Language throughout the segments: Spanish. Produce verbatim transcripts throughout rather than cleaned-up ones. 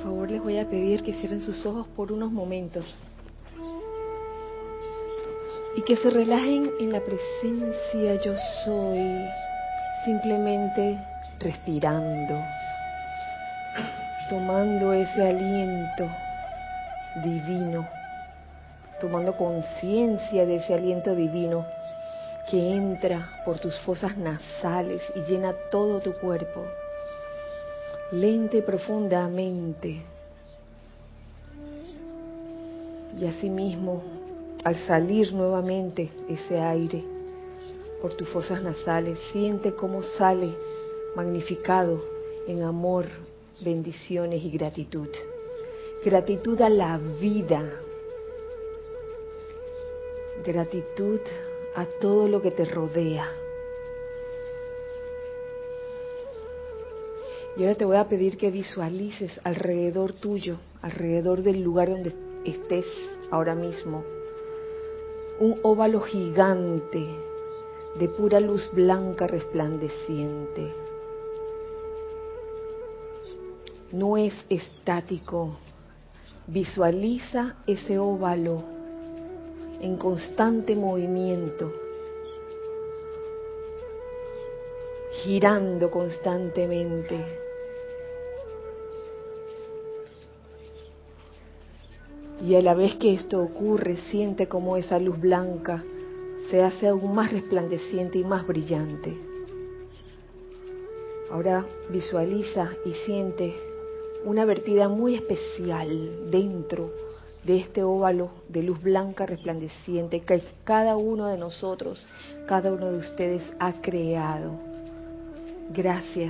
favor les voy a pedir que cierren sus ojos por unos momentos y que se relajen en la presencia yo soy, simplemente respirando, tomando ese aliento divino, tomando conciencia de ese aliento divino que entra por tus fosas nasales y llena todo tu cuerpo, lenta y profundamente. Y asimismo, al salir nuevamente ese aire por tus fosas nasales, siente cómo sale magnificado en amor, bendiciones y gratitud. Gratitud a la vida, gratitud a todo lo que te rodea. Y ahora te voy a pedir que visualices alrededor tuyo, alrededor del lugar donde estés ahora mismo, un óvalo gigante de pura luz blanca resplandeciente. No es estático. Visualiza ese óvalo en constante movimiento, girando constantemente. Y a la vez que esto ocurre, siente cómo esa luz blanca se hace aún más resplandeciente y más brillante. Ahora visualiza y siente una vertida muy especial dentro de este óvalo de luz blanca resplandeciente que cada uno de nosotros, cada uno de ustedes ha creado. Gracias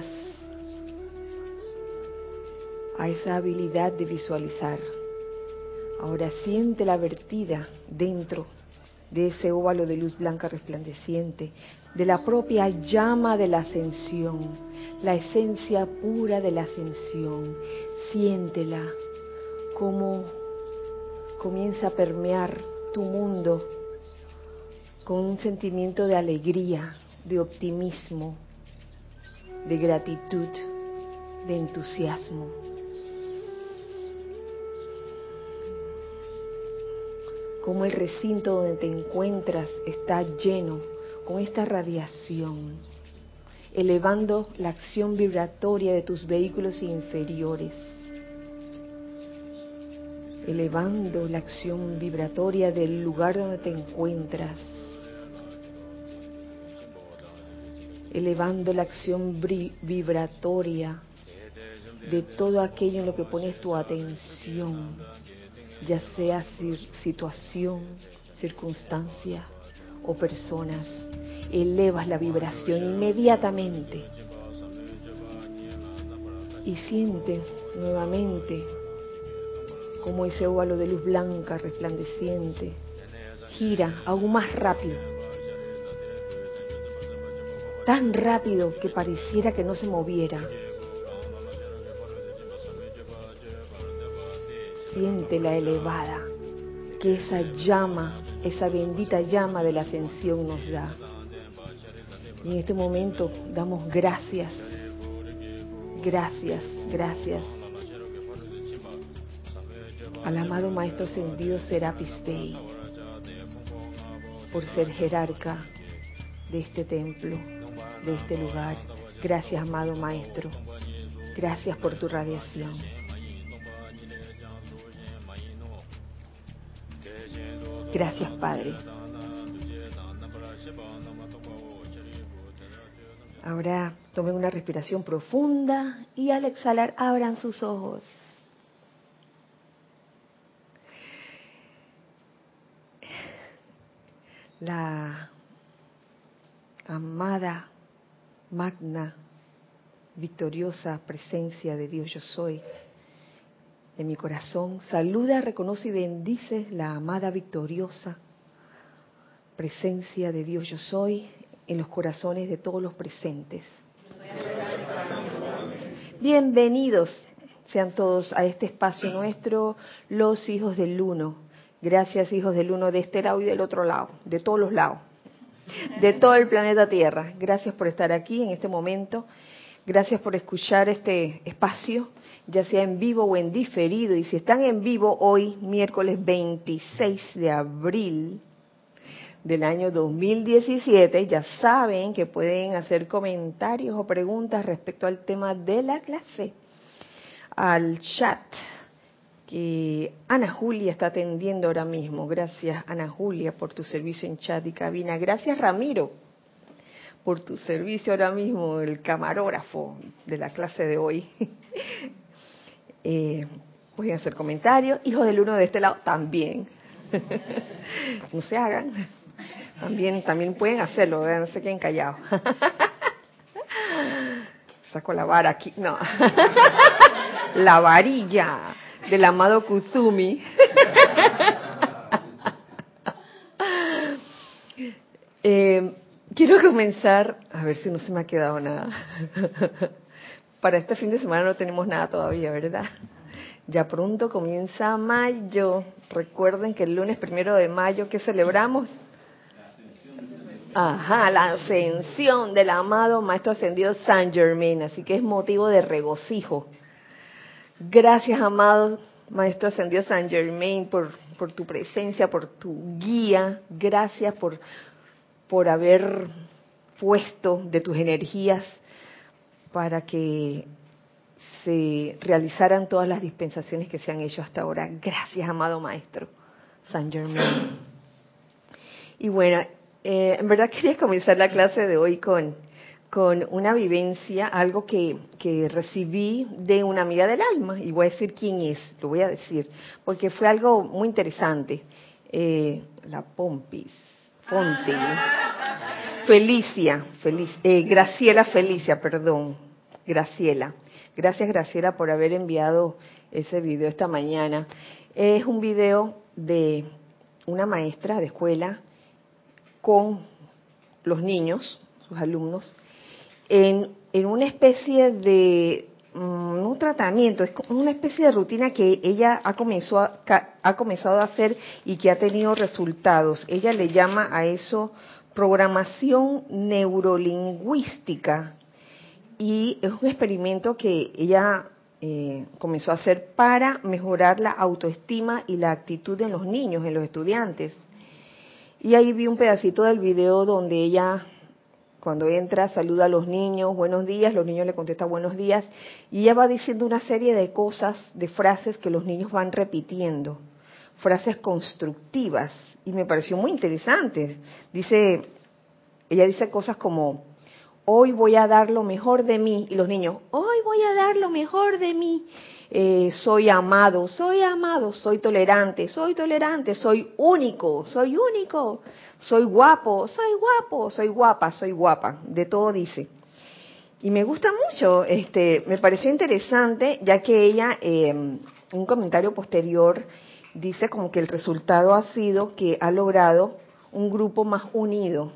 a esa habilidad de visualizar. Ahora siente la vertida dentro de ese óvalo de luz blanca resplandeciente, de la propia llama de la ascensión, la esencia pura de la ascensión. Siéntela como comienza a permear tu mundo con un sentimiento de alegría, de optimismo, de gratitud, de entusiasmo. Como el recinto donde te encuentras está lleno con esta radiación, elevando la acción vibratoria de tus vehículos inferiores, elevando la acción vibratoria del lugar donde te encuentras, elevando la acción vibratoria de todo aquello en lo que pones tu atención, ya sea situación, circunstancia o personas. Elevas la vibración inmediatamente y siente nuevamente como ese óvalo de luz blanca resplandeciente gira aún más rápido, tan rápido que pareciera que no se moviera. Siente la elevada que esa llama, esa bendita llama de la ascensión nos da. Y en este momento damos gracias, gracias, gracias al amado Maestro Ascendido Serapis Bey por ser jerarca de este templo, de este lugar. Gracias, amado Maestro. Gracias por tu radiación. Gracias, Padre. Ahora tomen una respiración profunda y al exhalar abran sus ojos. La amada, magna, victoriosa presencia de Dios Yo Soy de mi corazón saluda, reconoce y bendice la amada, victoriosa presencia de Dios Yo Soy en los corazones de todos los presentes. Bienvenidos sean todos a este espacio nuestro, los hijos del Uno. Gracias, hijos del Uno, de este lado y del otro lado, de todos los lados, de todo el planeta Tierra. Gracias por estar aquí en este momento Gracias por escuchar este espacio, ya sea en vivo o en diferido. Y si están en vivo hoy, miércoles veintiséis de abril del año dos mil diecisiete, ya saben que pueden hacer comentarios o preguntas respecto al tema de la clase al chat que Ana Julia está atendiendo ahora mismo. Gracias, Ana Julia, por tu servicio en chat y cabina. Gracias, Ramiro, por tu servicio ahora mismo, el camarógrafo de la clase de hoy. eh, pueden hacer comentarios. Hijos del uno de este lado también. No se hagan. También, también pueden hacerlo, ¿verdad? No se queden callados. Saco la vara aquí. No. La varilla del amado Kuzumi. eh, quiero comenzar, a ver si no se me ha quedado nada. Para este fin de semana no tenemos nada todavía, ¿verdad? Ya pronto comienza mayo. Recuerden que el lunes primero de mayo, ¿qué celebramos? Ajá, la ascensión del amado Maestro Ascendido Saint Germain. Así que es motivo de regocijo. Gracias, amado Maestro Ascendido Saint Germain, por, por tu presencia, por tu guía. Gracias por, por haber puesto de tus energías para que se realizaran todas las dispensaciones que se han hecho hasta ahora. Gracias, amado Maestro Saint Germain. Y bueno, eh, en verdad quería comenzar la clase de hoy con, con una vivencia, algo que, que recibí de una amiga del alma, y voy a decir quién es, lo voy a decir, porque fue algo muy interesante. Eh, la Pompis, Fonti, Felicia, Felic, eh, Graciela Felicia, perdón, Graciela. Gracias, Graciela, por haber enviado ese video esta mañana. Es un video de una maestra de escuela con los niños, sus alumnos, en, en una especie de um, un tratamiento, es una especie de rutina que ella ha comenzado, a, ha comenzado a hacer y que ha tenido resultados. Ella le llama a eso programación neurolingüística, y es un experimento que ella eh, comenzó a hacer para mejorar la autoestima y la actitud en los niños, en los estudiantes. Y ahí vi un pedacito del video donde ella, cuando entra, saluda a los niños, buenos días, los niños le contestan buenos días, y ella va diciendo una serie de cosas, de frases que los niños van repitiendo, frases constructivas, y me pareció muy interesante. Dice, ella dice cosas como: hoy voy a dar lo mejor de mí. Y los niños, hoy voy a dar lo mejor de mí. Eh, soy amado, soy amado, soy tolerante, soy tolerante, soy único, soy único, soy guapo, soy guapo, soy guapa, soy guapa. De todo dice. Y me gusta mucho, este, me pareció interesante, ya que ella, eh, un comentario posterior, dice como que el resultado ha sido que ha logrado un grupo más unido.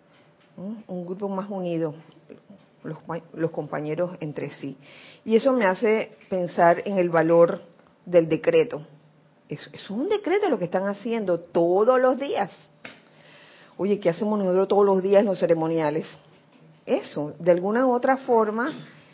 Un grupo más unido, los, los compañeros entre sí. Y eso me hace pensar en el valor del decreto. Es, es un decreto lo que están haciendo todos los días. Oye, ¿qué hacemos nosotros todos los días en los ceremoniales? Eso, de alguna u otra forma,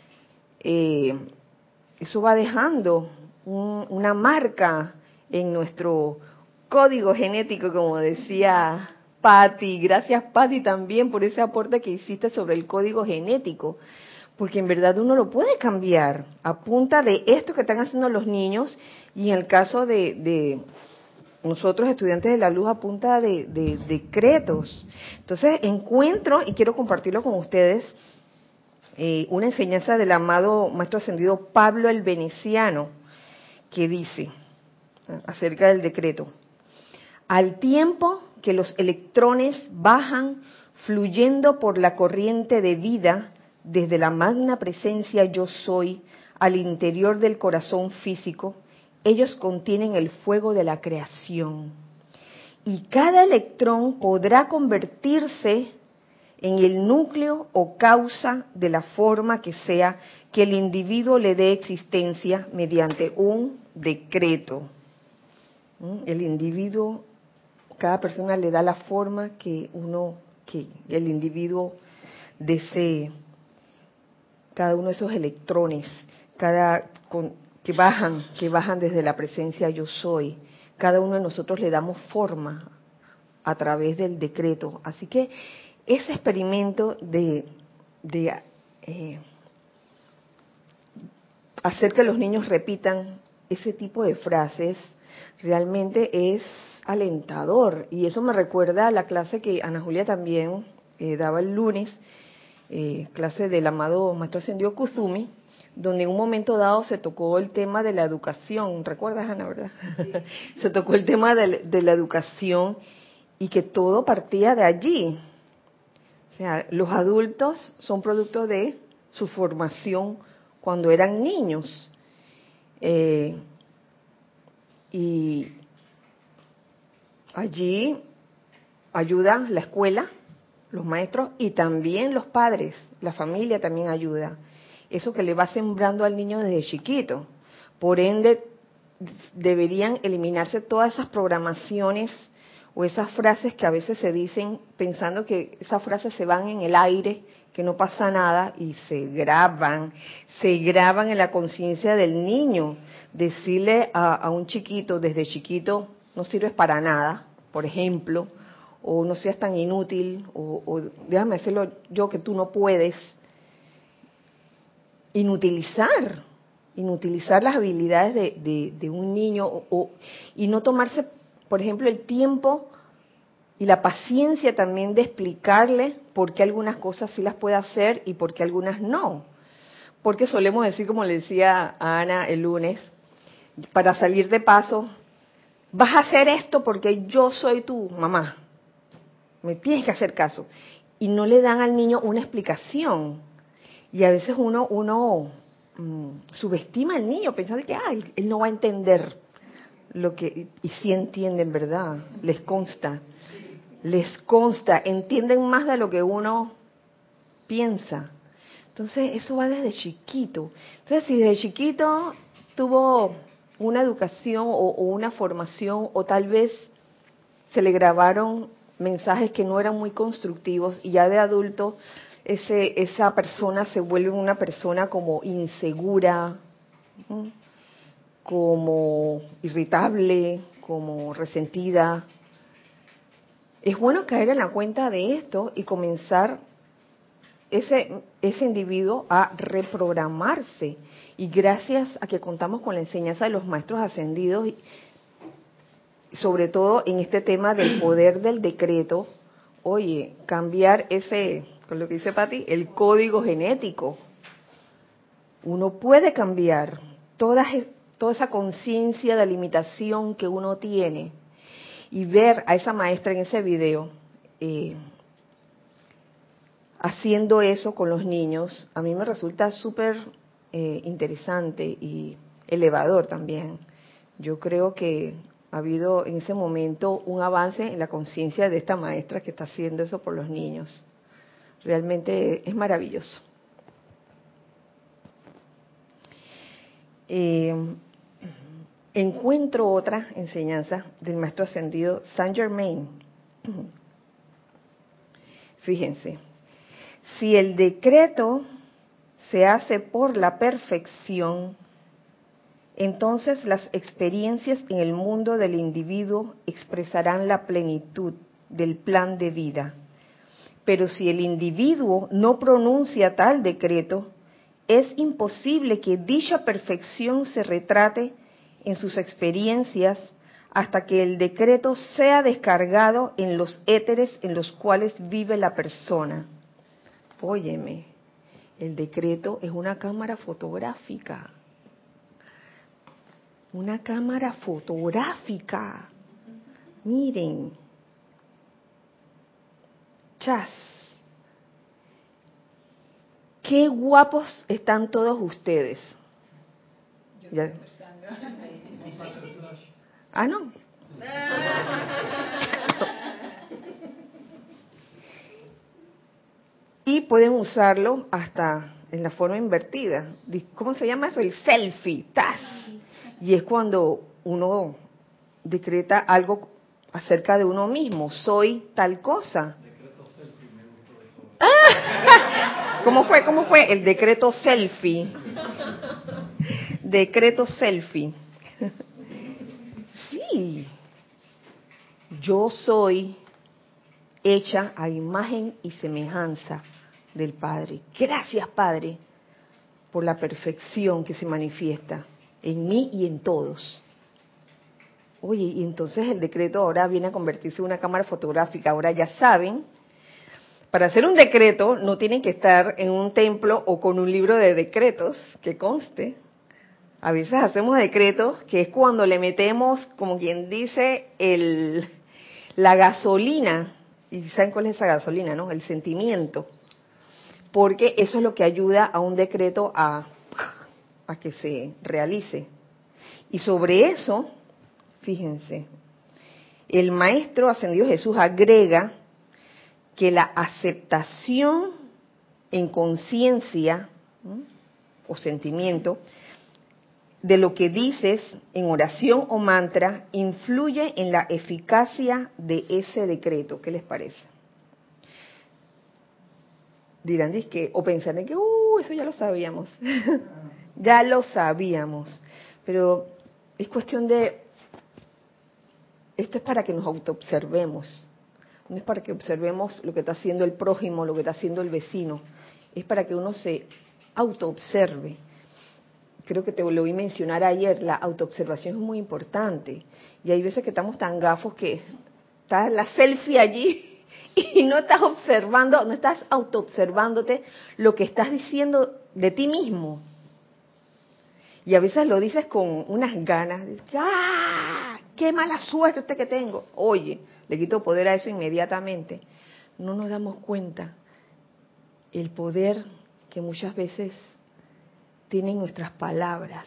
eh, eso va dejando un, una marca en nuestro código genético, como decía Patti. Gracias, Patti, también por ese aporte que hiciste sobre el código genético, porque en verdad uno lo puede cambiar a punta de esto que están haciendo los niños, y en el caso de, de nosotros, estudiantes de la luz, a punta de, de, de decretos. Entonces encuentro, y quiero compartirlo con ustedes, eh, una enseñanza del amado Maestro Ascendido Pablo el Veneciano, que dice acerca del decreto: al tiempo que los electrones bajan fluyendo por la corriente de vida desde la magna presencia yo soy al interior del corazón físico, ellos contienen el fuego de la creación. Y cada electrón podrá convertirse en el núcleo o causa de la forma que sea que el individuo le dé existencia mediante un decreto. El individuo, cada persona le da la forma que uno, que el individuo desee. cada uno de esos electrones, cada con, que bajan, que bajan desde la presencia yo soy. Cada uno de nosotros le damos forma a través del decreto. Así que ese experimento de, de eh, hacer que los niños repitan ese tipo de frases realmente es alentador. Y eso me recuerda a la clase que Ana Julia también eh, daba el lunes, eh, clase del amado Maestro Ascendido Kuzumi, donde en un momento dado se tocó el tema de la educación. ¿Recuerdas, Ana, verdad? Sí. Se tocó el tema de, de la educación y que todo partía de allí. O sea, los adultos son producto de su formación cuando eran niños. Eh, y allí ayudan la escuela, los maestros y también los padres, la familia también ayuda. Eso que le va sembrando al niño desde chiquito. Por ende, deberían eliminarse todas esas programaciones o esas frases que a veces se dicen pensando que esas frases se van en el aire, que no pasa nada, y se graban, se graban en la conciencia del niño. Decirle a, a un chiquito desde chiquito, no sirves para nada, por ejemplo, o no seas tan inútil, o, o déjame decirlo yo que tú no puedes. Inutilizar, inutilizar las habilidades de, de, de un niño o, o, y no tomarse, por ejemplo, el tiempo y la paciencia también de explicarle por qué algunas cosas sí las puede hacer y por qué algunas no. Porque solemos decir, como le decía a Ana el lunes, para salir de paso, vas a hacer esto porque yo soy tu mamá, me tienes que hacer caso. Y no le dan al niño una explicación. Y a veces uno uno mmm, subestima al niño pensando que ah, él, él no va a entender lo que, y sí entienden, ¿verdad? Les consta, les consta, entienden más de lo que uno piensa. Entonces eso va desde chiquito. Entonces si desde chiquito tuvo una educación o, o una formación o tal vez se le grabaron mensajes que no eran muy constructivos y ya de adulto ese, esa persona se vuelve una persona como insegura, ¿no? Como irritable, como resentida. Es bueno caer en la cuenta de esto y comenzar ese, ese individuo a reprogramarse. Y gracias a que contamos con la enseñanza de los maestros ascendidos, sobre todo en este tema del poder del decreto, oye, cambiar ese, con lo que dice Patti, el código genético. Uno puede cambiar toda, toda esa conciencia de limitación que uno tiene y ver a esa maestra en ese video eh, haciendo eso con los niños, a mí me resulta súper eh, interesante y elevador también. Yo creo que ha habido en ese momento un avance en la conciencia de esta maestra que está haciendo eso por los niños. Realmente es maravilloso. Eh, encuentro otra enseñanza del maestro ascendido Saint Germain. Fíjense, si el decreto se hace por la perfección, entonces las experiencias en el mundo del individuo expresarán la plenitud del plan de vida. Pero si el individuo no pronuncia tal decreto, es imposible que dicha perfección se retrate en sus experiencias hasta que el decreto sea descargado en los éteres en los cuales vive la persona. Óyeme, el decreto es una cámara fotográfica. Una cámara fotográfica. Miren. Chas. Qué guapos están todos ustedes. ¿Ya? Ah, no. Y pueden usarlo hasta en la forma invertida. ¿Cómo se llama eso? El selfie. ¡Tas! Y es cuando uno decreta algo acerca de uno mismo. Soy tal cosa. Decreto selfie, me gustó eso. ¿Cómo fue? ¿Cómo fue? El decreto selfie. Decreto selfie. Sí. Yo soy hecha a imagen y semejanza del Padre. Gracias, Padre, por la perfección que se manifiesta en mí y en todos. Oye, y entonces el decreto ahora viene a convertirse en una cámara fotográfica. Ahora ya saben, para hacer un decreto no tienen que estar en un templo o con un libro de decretos que conste. A veces hacemos decretos que es cuando le metemos, como quien dice, el, la gasolina. ¿Y saben cuál es esa gasolina, no? El sentimiento. Porque eso es lo que ayuda a un decreto a, a que se realice. Y sobre eso, fíjense, el Maestro Ascendido Jesús agrega que la aceptación en conciencia, ¿no?, o sentimiento de lo que dices en oración o mantra influye en la eficacia de ese decreto. ¿Qué les parece? Dirán, que o pensarán que, uh, eso ya lo sabíamos. Ya lo sabíamos. Pero es cuestión de, esto es para que nos autoobservemos. No es para que observemos lo que está haciendo el prójimo, lo que está haciendo el vecino. Es para que uno se autoobserve. Creo que te lo oí mencionar ayer, la autoobservación es muy importante. Y hay veces que estamos tan gafos que está la selfie allí y no estás observando, no estás autoobservándote lo que estás diciendo de ti mismo. Y a veces lo dices con unas ganas, de, ¡ah! ¡Qué mala suerte que tengo! Oye, le quito poder a eso inmediatamente. No nos damos cuenta el poder que muchas veces tienen nuestras palabras.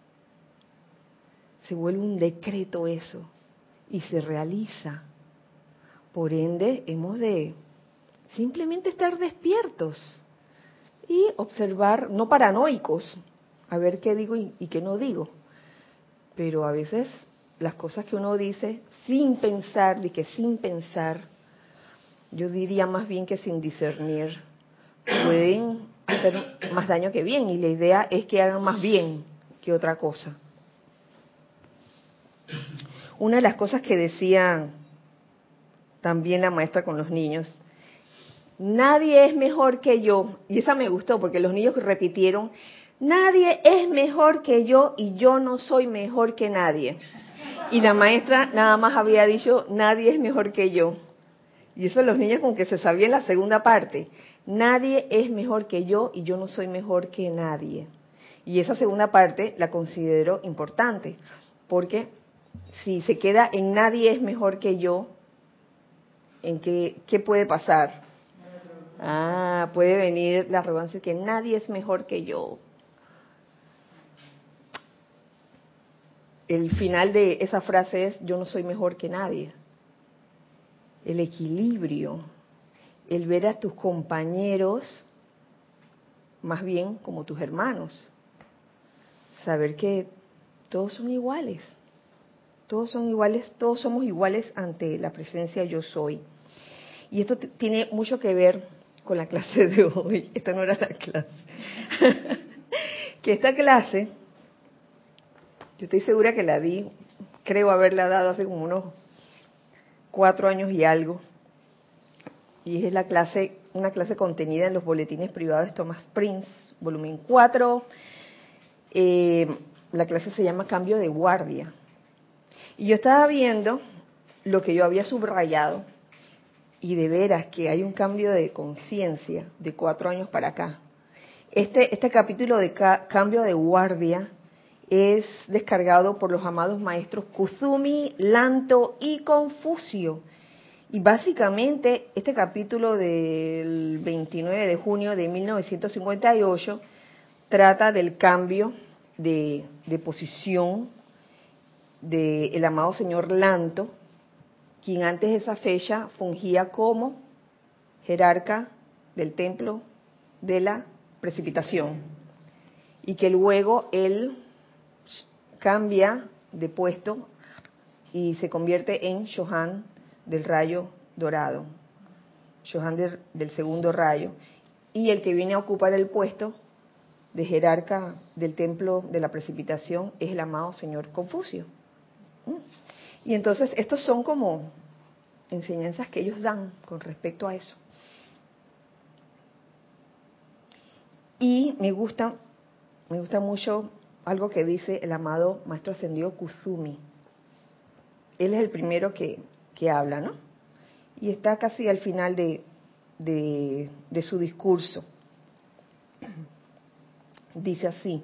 Se vuelve un decreto eso y se realiza. Por ende, hemos de simplemente estar despiertos y observar, no paranoicos, a ver qué digo y, y qué no digo. Pero a veces las cosas que uno dice sin pensar, de que sin pensar, yo diría más bien que sin discernir, pueden hacer más daño que bien, y la idea es que hagan más bien que otra cosa. Una de las cosas que decía también la maestra con los niños, nadie es mejor que yo, y esa me gustó porque los niños repitieron, nadie es mejor que yo y yo no soy mejor que nadie. Y la maestra nada más había dicho, nadie es mejor que yo. Y eso los niños como que se sabían la segunda parte. Nadie es mejor que yo y yo no soy mejor que nadie. Y esa segunda parte la considero importante, porque si se queda en nadie es mejor que yo, ¿en qué, qué puede pasar? Ah, puede venir la arrogancia que nadie es mejor que yo. El final de esa frase es, yo no soy mejor que nadie. El equilibrio, el ver a tus compañeros más bien como tus hermanos, saber que todos son iguales, todos son iguales, todos somos iguales ante la presencia yo soy. Y esto tiene mucho que ver con la clase de hoy. Esta no era la clase. Que esta clase, yo estoy segura que la di, creo haberla dado hace como unos cuatro años y algo. Y es la clase, una clase contenida en los boletines privados de Thomas Prince, volumen cuatro. Eh, la clase se llama Cambio de Guardia. Y yo estaba viendo lo que yo había subrayado, y de veras que hay un cambio de conciencia de cuatro años para acá. Este, este capítulo de ca Cambio de Guardia es descargado por los amados maestros Kuzumi, Lanto y Confucio. Y básicamente este capítulo del veintinueve de junio de mil novecientos cincuenta y ocho trata del cambio de, de posición del amado señor Lanto, quien antes de esa fecha fungía como jerarca del templo de la precipitación, y que luego él cambia de puesto y se convierte en Shohan del rayo dorado, Shohan de, del segundo rayo, y el que viene a ocupar el puesto de jerarca del templo de la precipitación es el amado señor Confucio. Y entonces estos son como enseñanzas que ellos dan con respecto a eso. Y me gusta, me gusta mucho algo que dice el amado Maestro Ascendido Kusumi. Él es el primero que, que habla, ¿no? Y está casi al final de, de, de su discurso. Dice así: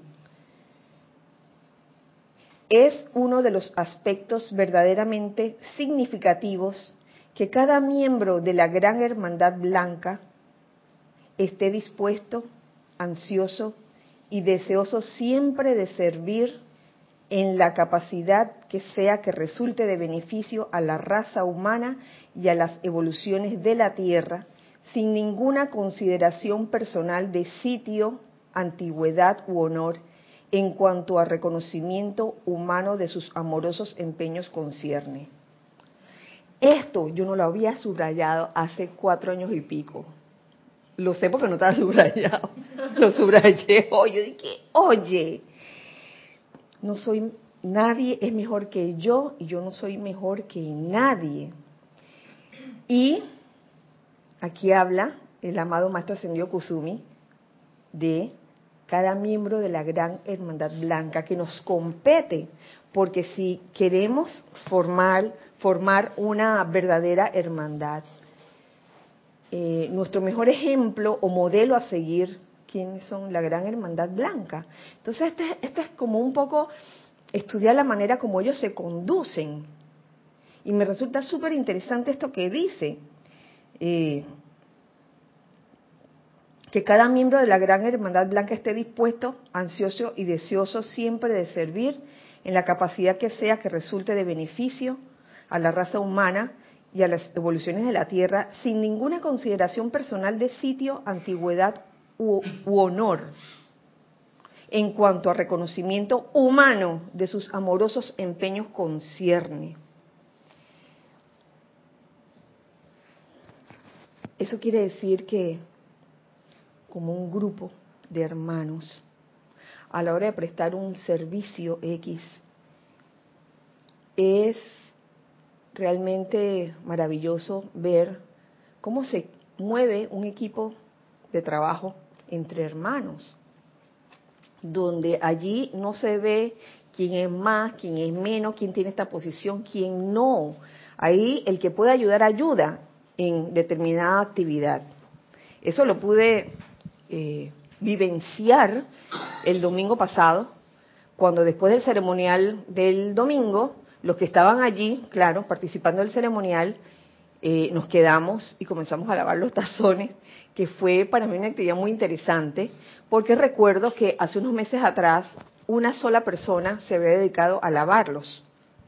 es uno de los aspectos verdaderamente significativos que cada miembro de la Gran Hermandad Blanca esté dispuesto, ansioso y deseoso siempre de servir en la capacidad que sea que resulte de beneficio a la raza humana y a las evoluciones de la Tierra, sin ninguna consideración personal de sitio, antigüedad u honor, en cuanto a reconocimiento humano de sus amorosos empeños concierne. Esto yo no lo había subrayado hace cuatro años y pico. Lo sé porque no estaba subrayado. Lo subrayé hoy. Yo dije, oye, no soy, nadie es mejor que yo y yo no soy mejor que nadie. Y aquí habla el amado Maestro Ascendido Kusumi de cada miembro de la Gran Hermandad Blanca que nos compete, porque si queremos formar, formar una verdadera hermandad, eh, nuestro mejor ejemplo o modelo a seguir, ¿quiénes son? La Gran Hermandad Blanca. Entonces, este, este es como un poco estudiar la manera como ellos se conducen. Y me resulta súper interesante esto que dice, eh, que cada miembro de la Gran Hermandad Blanca esté dispuesto, ansioso y deseoso siempre de servir en la capacidad que sea que resulte de beneficio a la raza humana y a las evoluciones de la Tierra, sin ninguna consideración personal de sitio, antigüedad u, u honor, en cuanto a reconocimiento humano de sus amorosos empeños concierne. Eso quiere decir que como un grupo de hermanos, a la hora de prestar un servicio X, es realmente maravilloso ver cómo se mueve un equipo de trabajo entre hermanos, donde allí no se ve quién es más, quién es menos, quién tiene esta posición, quién no. Ahí el que puede ayudar, ayuda en determinada actividad. Eso lo pude eh, vivenciar el domingo pasado, cuando después del ceremonial del domingo, los que estaban allí, claro, participando del ceremonial, eh, nos quedamos y comenzamos a lavar los tazones, que fue para mí una actividad muy interesante, porque recuerdo que hace unos meses atrás una sola persona se había dedicado a lavarlos.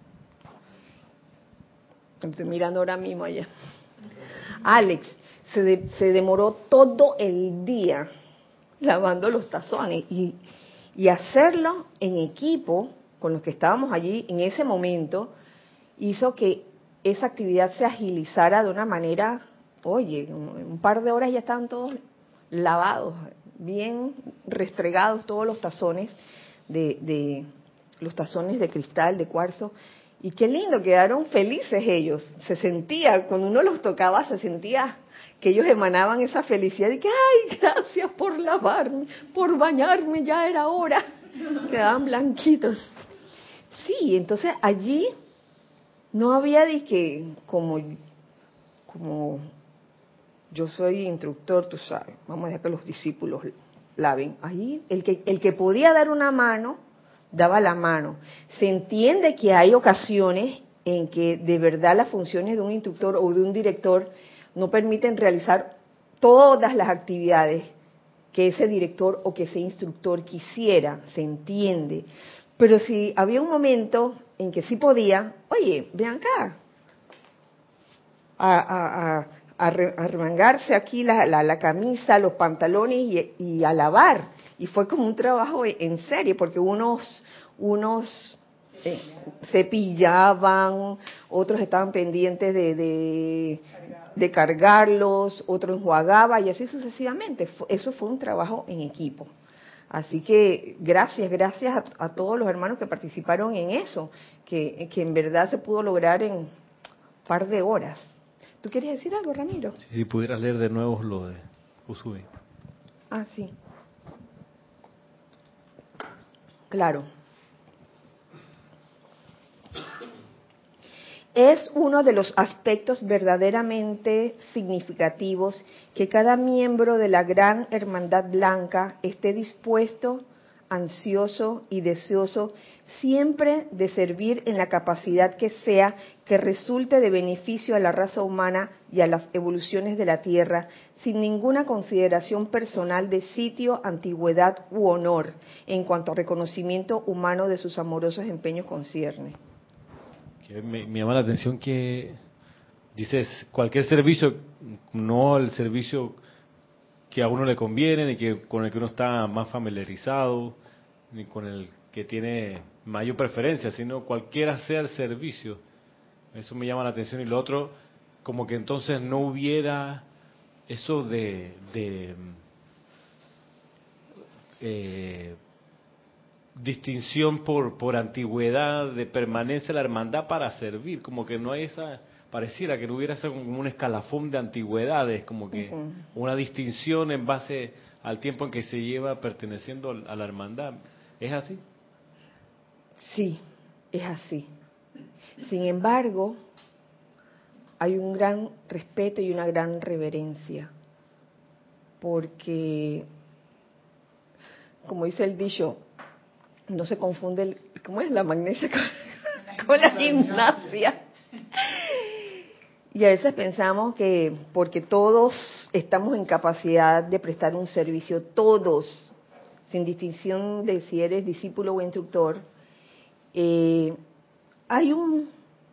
Estoy mirando ahora mismo allá. Alex se, de, se demoró todo el día lavando los tazones y, y hacerlo en equipo con los que estábamos allí en ese momento hizo que esa actividad se agilizara de una manera, oye, en un par de horas ya estaban todos lavados, bien restregados todos los tazones de, de los tazones de cristal, de cuarzo. Y qué lindo, quedaron felices ellos. Se sentía, cuando uno los tocaba, se sentía que ellos emanaban esa felicidad de que, ay, gracias por lavarme, por bañarme, ya era hora. Quedaban blanquitos. Sí, entonces allí no había de que, como, como yo soy instructor, tú sabes, vamos a dejar que los discípulos laven. Ahí el que, el que podía dar una mano, daba la mano. Se entiende que hay ocasiones en que de verdad las funciones de un instructor o de un director no permiten realizar todas las actividades que ese director o que ese instructor quisiera, se entiende. Pero si había un momento en que sí podía, oye, ven acá, a, a, a, a arremangarse aquí la, la, la camisa, los pantalones y, y a lavar. Y fue como un trabajo en serio, porque unos, unos eh, cepillaban, otros estaban pendientes de, de, de cargarlos, otros enjuagaban y así sucesivamente. Eso fue un trabajo en equipo. Así que gracias, gracias a, a todos los hermanos que participaron en eso, que, que en verdad se pudo lograr en un par de horas. ¿Tú querías decir algo, Ramiro? Si, si pudieras leer de nuevo lo de Kusumi. Ah, sí. Claro. Es uno de los aspectos verdaderamente significativos que cada miembro de la Gran Hermandad Blanca esté dispuesto, ansioso y deseoso siempre de servir en la capacidad que sea que resulte de beneficio a la raza humana y a las evoluciones de la Tierra, sin ninguna consideración personal de sitio, antigüedad u honor, en cuanto a reconocimiento humano de sus amorosos empeños concierne. Que me, me llama la atención que dices cualquier servicio, no el servicio que a uno le conviene, ni que con el que uno está más familiarizado, ni con el que tiene mayor preferencia, sino cualquiera sea el servicio. Eso me llama la atención. Y lo otro, como que entonces no hubiera eso de, de eh, distinción por, por antigüedad, de permanencia de la hermandad para servir, como que no hay esa, pareciera que no hubiera ese como un escalafón de antigüedades, como que Uh-huh. una distinción en base al tiempo en que se lleva perteneciendo a la hermandad. ¿Es así? Sí, es así. Sin embargo, hay un gran respeto y una gran reverencia, porque, como dice el dicho, no se confunde, el, ¿cómo es la magnesia con, con la gimnasia? Y a veces pensamos que porque todos estamos en capacidad de prestar un servicio, todos, sin distinción de si eres discípulo o instructor, eh, hay un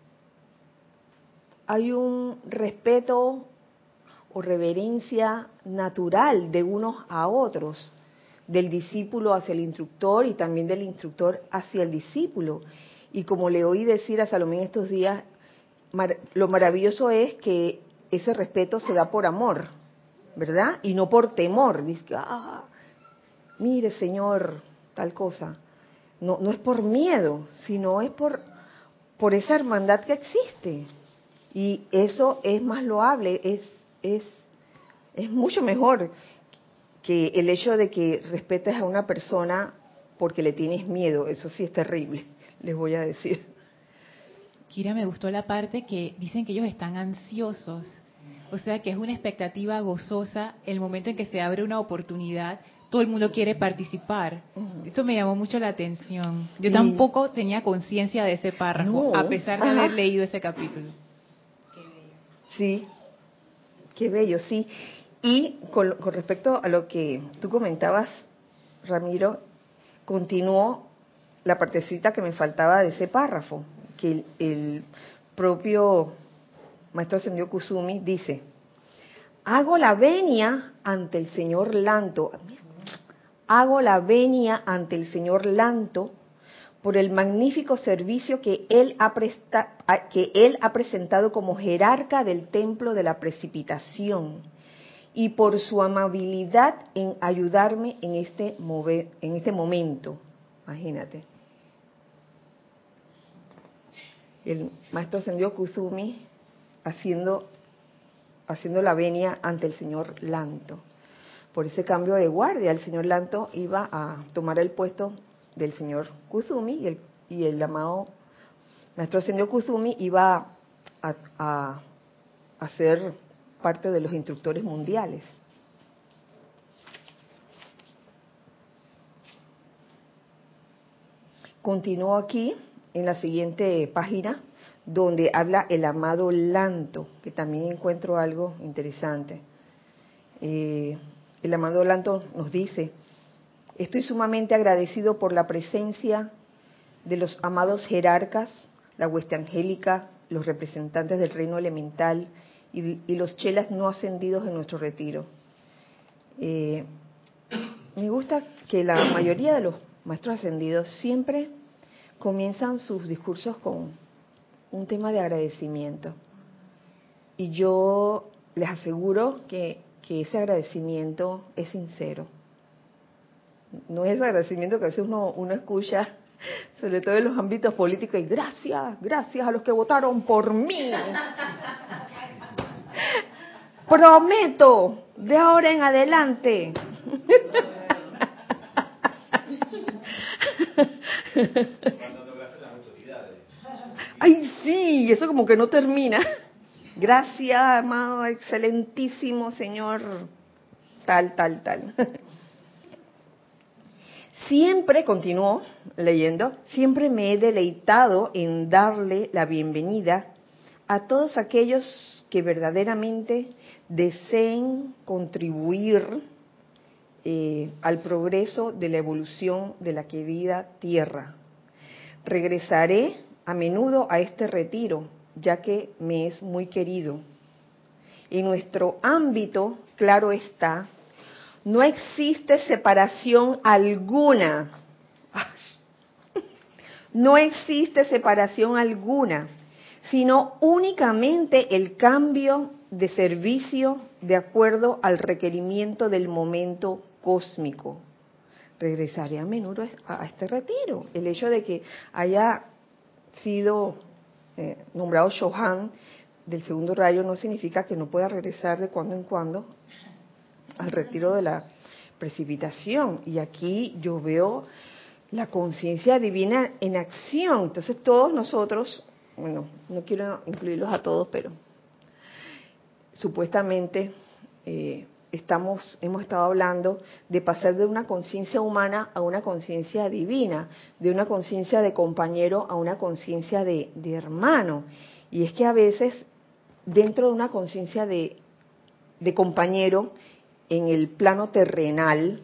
hay un respeto o reverencia natural de unos a otros, del discípulo hacia el instructor y también del instructor hacia el discípulo. Y como le oí decir a Salomé estos días, mar- lo maravilloso es que ese respeto se da por amor, ¿verdad? Y no por temor. Dice, ah, mire señor, tal cosa. No, no es por miedo, sino es por, por esa hermandad que existe. Y eso es más loable, es, es, es mucho mejor que el hecho de que respetes a una persona porque le tienes miedo. Eso sí es terrible, les voy a decir. Kira, me gustó la parte que dicen que ellos están ansiosos. O sea, que es una expectativa gozosa el momento en que se abre una oportunidad. Todo el mundo quiere participar. Uh-huh. Esto me llamó mucho la atención. Yo sí. tampoco tenía conciencia de ese párrafo, no. a pesar de Ajá. haber leído ese capítulo. Qué bello. Sí, qué bello, sí. Y con, con respecto a lo que tú comentabas, Ramiro, continuó la partecita que me faltaba de ese párrafo, que el, el propio Maestro Ascendido Kusumi dice: hago la venia ante el Señor Lanto, hago la venia ante el Señor Lanto por el magnífico servicio que él ha presta, que él ha presentado como jerarca del templo de la precipitación, y por su amabilidad en ayudarme en este mover, en este momento. Imagínate. El Maestro Ascendido Kusumi haciendo haciendo la venia ante el señor Lanto. Por ese cambio de guardia, el señor Lanto iba a tomar el puesto del señor Kusumi y el, y el amado Maestro Ascendido Kusumi iba a, a, a ser parte de los instructores mundiales. Continúo aquí en la siguiente página, donde habla el amado Lanto, que también encuentro algo interesante. Eh, el amado Lanto nos dice: estoy sumamente agradecido por la presencia de los amados jerarcas, la hueste angélica, los representantes del reino elemental y, y los chelas no ascendidos en nuestro retiro. Eh, me gusta que la mayoría de los maestros ascendidos siempre comienzan sus discursos con un tema de agradecimiento. Y yo les aseguro que, que ese agradecimiento es sincero. No es agradecimiento que a veces uno, uno escucha, sobre todo en los ámbitos políticos, y gracias, gracias a los que votaron por mí. Prometo, de ahora en adelante. Ay, sí, eso como que no termina. Gracias, amado, excelentísimo Señor, tal, tal, tal. Siempre, continuó leyendo, siempre me he deleitado en darle la bienvenida a todos aquellos que verdaderamente deseen contribuir eh, al progreso de la evolución de la querida Tierra. Regresaré a menudo a este retiro, ya que me es muy querido. En nuestro ámbito, claro está, no existe separación alguna. No existe separación alguna, sino únicamente el cambio de servicio de acuerdo al requerimiento del momento cósmico. Regresaré a menudo a este retiro. El hecho de que haya sido eh, nombrado Shohan del segundo rayo no significa que no pueda regresar de cuando en cuando al retiro de la precipitación. Y aquí yo veo la conciencia divina en acción. Entonces todos nosotros, bueno, no quiero incluirlos a todos, pero supuestamente eh, estamos, hemos estado hablando de pasar de una conciencia humana a una conciencia divina, de una conciencia de compañero a una conciencia de, de hermano. Y es que a veces dentro de una conciencia de, de compañero, en el plano terrenal,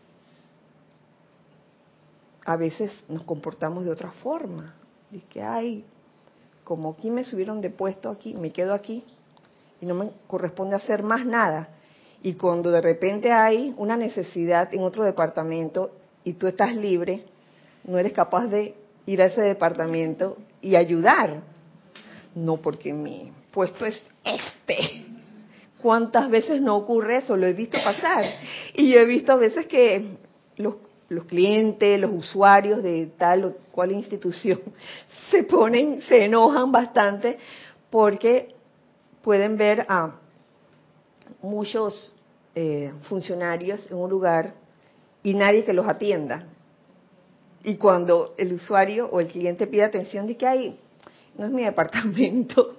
a veces nos comportamos de otra forma. Dice que, ay, como aquí me subieron de puesto, aquí me quedo aquí y no me corresponde hacer más nada. Y cuando de repente hay una necesidad en otro departamento y tú estás libre, no eres capaz de ir a ese departamento y ayudar. No, porque mi puesto es este. ¿Cuántas veces no ocurre eso? Lo he visto pasar. Y yo he visto a veces que los, los clientes, los usuarios de tal o cual institución se ponen, se enojan bastante porque pueden ver a muchos eh, funcionarios en un lugar y nadie que los atienda. Y cuando el usuario o el cliente pide atención, dice que ay, no es mi departamento.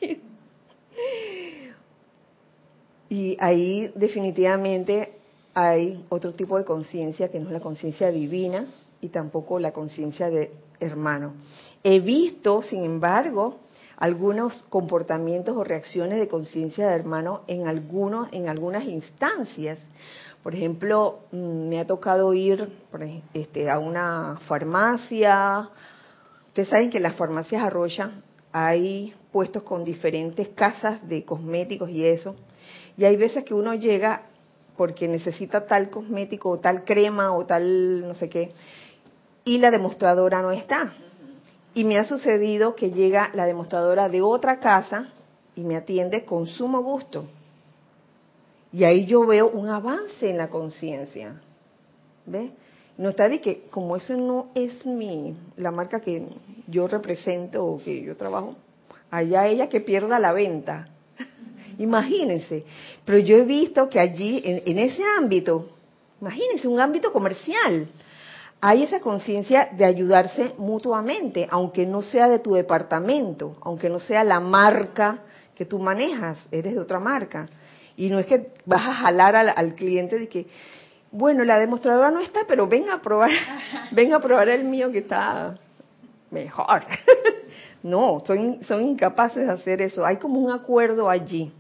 Y ahí definitivamente hay otro tipo de conciencia que no es la conciencia divina y tampoco la conciencia de hermano. He visto, sin embargo, algunos comportamientos o reacciones de conciencia de hermano en algunos, en algunas instancias. Por ejemplo, me ha tocado ir por ejemplo, este, a una farmacia. Ustedes saben que en las farmacias Arroya hay puestos con diferentes casas de cosméticos y eso. Y hay veces que uno llega porque necesita tal cosmético o tal crema o tal no sé qué, y la demostradora no está. Y me ha sucedido que llega la demostradora de otra casa y me atiende con sumo gusto. Y ahí yo veo un avance en la conciencia. ¿Ves? No está de que, como eso no es mi la marca que yo represento o que yo trabajo, allá ella que pierda la venta. Imagínense, pero yo he visto que allí, en, en ese ámbito, imagínense, un ámbito comercial, hay esa conciencia de ayudarse mutuamente, aunque no sea de tu departamento, aunque no sea la marca que tú manejas, eres de otra marca. Y no es que vas a jalar al, al cliente de que, bueno, la demostradora no está, pero venga a probar, venga a probar el mío que está mejor. No, son, son incapaces de hacer eso. Hay como un acuerdo allí.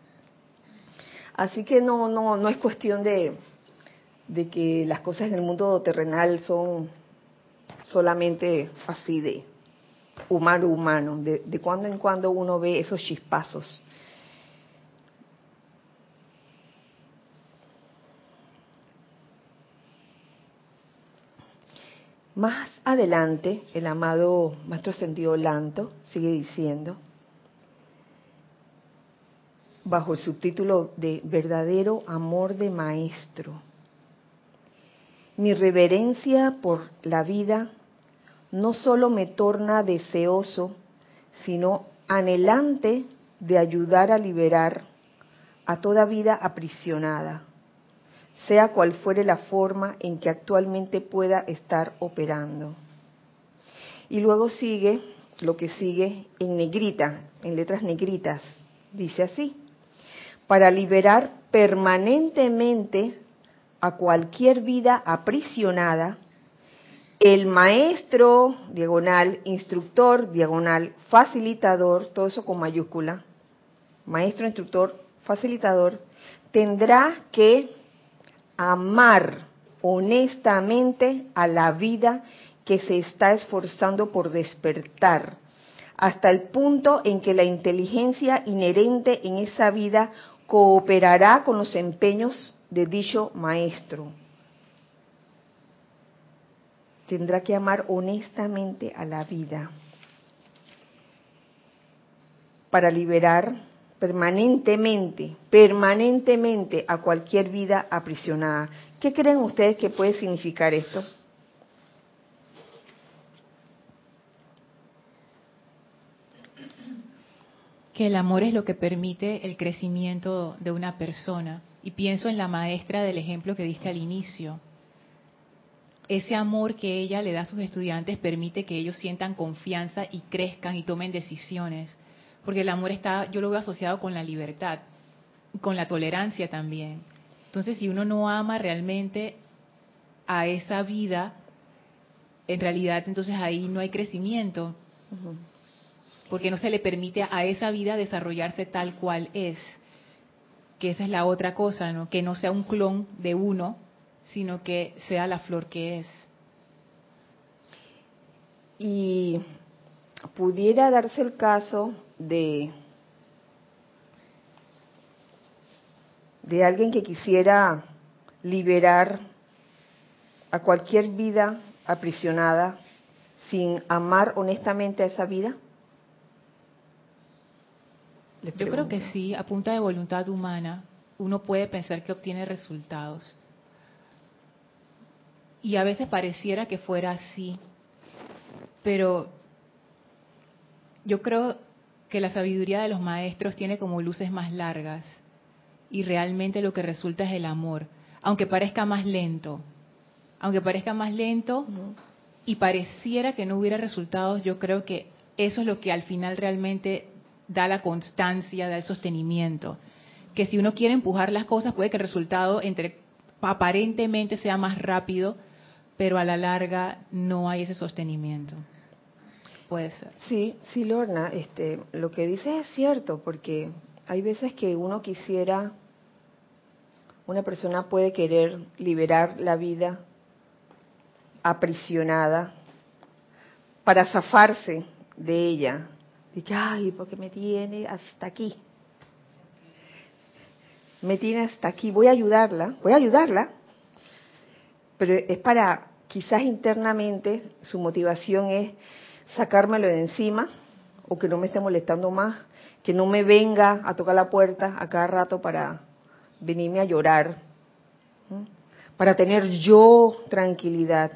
Así que no, no, no es cuestión de, de que las cosas en el mundo terrenal son solamente así de humano humano. De, de cuando en cuando uno ve esos chispazos. Más adelante, el amado Maestro Ascendido Lanto sigue diciendo, bajo el subtítulo de Verdadero Amor de Maestro: mi reverencia por la vida no solo me torna deseoso, sino anhelante de ayudar a liberar a toda vida aprisionada, sea cual fuere la forma en que actualmente pueda estar operando. Y luego sigue lo que sigue en negrita, en letras negritas, dice así: para liberar permanentemente a cualquier vida aprisionada, el maestro, diagonal, instructor, diagonal, facilitador, todo eso con mayúscula, maestro, instructor, facilitador, tendrá que amar honestamente a la vida que se está esforzando por despertar, hasta el punto en que la inteligencia inherente en esa vida cooperará con los empeños de dicho maestro. Tendrá que amar honestamente a la vida para liberar permanentemente, permanentemente a cualquier vida aprisionada. ¿Qué creen ustedes que puede significar esto? Que el amor es lo que permite el crecimiento de una persona. Y pienso en la maestra del ejemplo que diste al inicio. Ese amor que ella le da a sus estudiantes permite que ellos sientan confianza y crezcan y tomen decisiones. Porque el amor está, yo lo veo asociado con la libertad, con la tolerancia también. Entonces, si uno no ama realmente a esa vida, en realidad entonces ahí no hay crecimiento. Uh-huh. Porque no se le permite a esa vida desarrollarse tal cual es. Que esa es la otra cosa, ¿no? Que no sea un clon de uno, sino que sea la flor que es. Y pudiera darse el caso de, de alguien que quisiera liberar a cualquier vida aprisionada sin amar honestamente a esa vida. Yo creo que sí, a punta de voluntad humana, uno puede pensar que obtiene resultados. Y a veces pareciera que fuera así, pero yo creo que la sabiduría de los maestros tiene como luces más largas y realmente lo que resulta es el amor, aunque parezca más lento, aunque parezca más lento uh-huh. y pareciera que no hubiera resultados, yo creo que eso es lo que al final realmente da la constancia, da el sostenimiento. Que si uno quiere empujar las cosas, puede que el resultado entre aparentemente sea más rápido, pero a la larga no hay ese sostenimiento. Puede ser. Sí, sí, Lorna, este, lo que dices es cierto, porque hay veces que uno quisiera, una persona puede querer liberar la vida aprisionada para zafarse de ella. Y que, ay, porque me tiene hasta aquí. Me tiene hasta aquí. Voy a ayudarla, voy a ayudarla. Pero es para, quizás internamente, su motivación es sacármelo de encima, o que no me esté molestando más, que no me venga a tocar la puerta a cada rato para venirme a llorar, ¿sí? Para tener yo tranquilidad.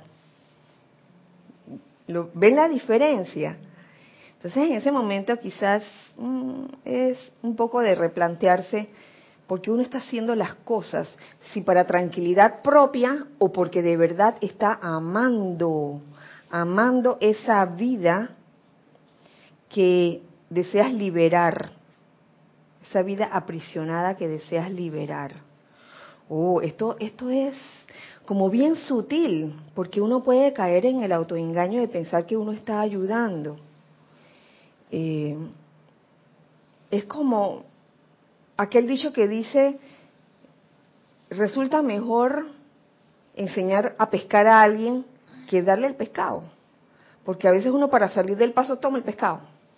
¿Lo, ¿Ven la diferencia? Entonces, en ese momento quizás mmm, es un poco de replantearse por qué uno está haciendo las cosas, si para tranquilidad propia o porque de verdad está amando, amando esa vida que deseas liberar, esa vida aprisionada que deseas liberar. Oh, esto, esto es como bien sutil, porque uno puede caer en el autoengaño de pensar que uno está ayudando. Eh, es como aquel dicho que dice, resulta mejor enseñar a pescar a alguien que darle el pescado, porque a veces uno para salir del paso toma el pescado,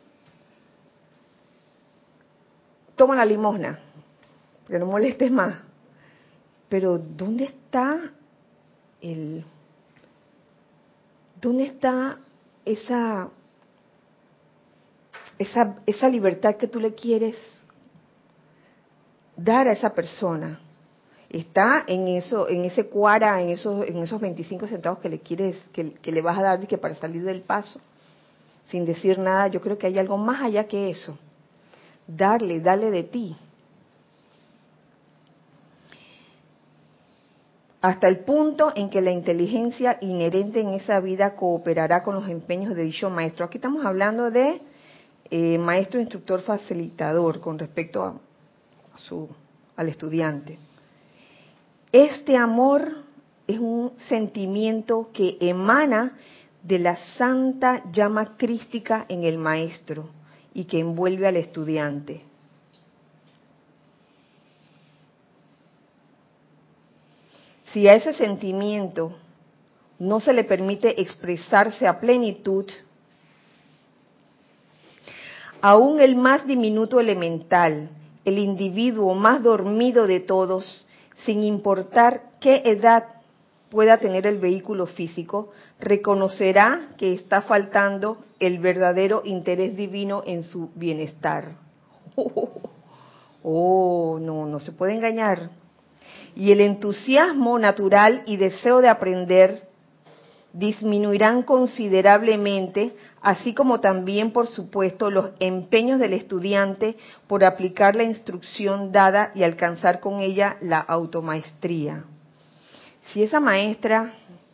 toma la limosna, que no molestes más, pero ¿dónde está el, ¿dónde está esa, esa, esa libertad que tú le quieres dar a esa persona? Está en eso, en ese cuara, en esos, en esos veinticinco centavos que le quieres, que, que le vas a dar, que para salir del paso, sin decir nada. Yo creo que hay algo más allá que eso. Darle, darle de ti. Hasta el punto en que la inteligencia inherente en esa vida cooperará con los empeños de dicho maestro. Aquí estamos hablando de eh, maestro, instructor, facilitador con respecto a, a su, al estudiante. Este amor es un sentimiento que emana de la santa llama crística en el maestro y que envuelve al estudiante. Si a ese sentimiento no se le permite expresarse a plenitud, aún el más diminuto elemental, el individuo más dormido de todos, sin importar qué edad pueda tener el vehículo físico, reconocerá que está faltando el verdadero interés divino en su bienestar. Oh, oh, no, no se puede engañar. Y el entusiasmo natural y deseo de aprender disminuirán considerablemente, así como también, por supuesto, los empeños del estudiante por aplicar la instrucción dada y alcanzar con ella la automaestría. Si esa maestra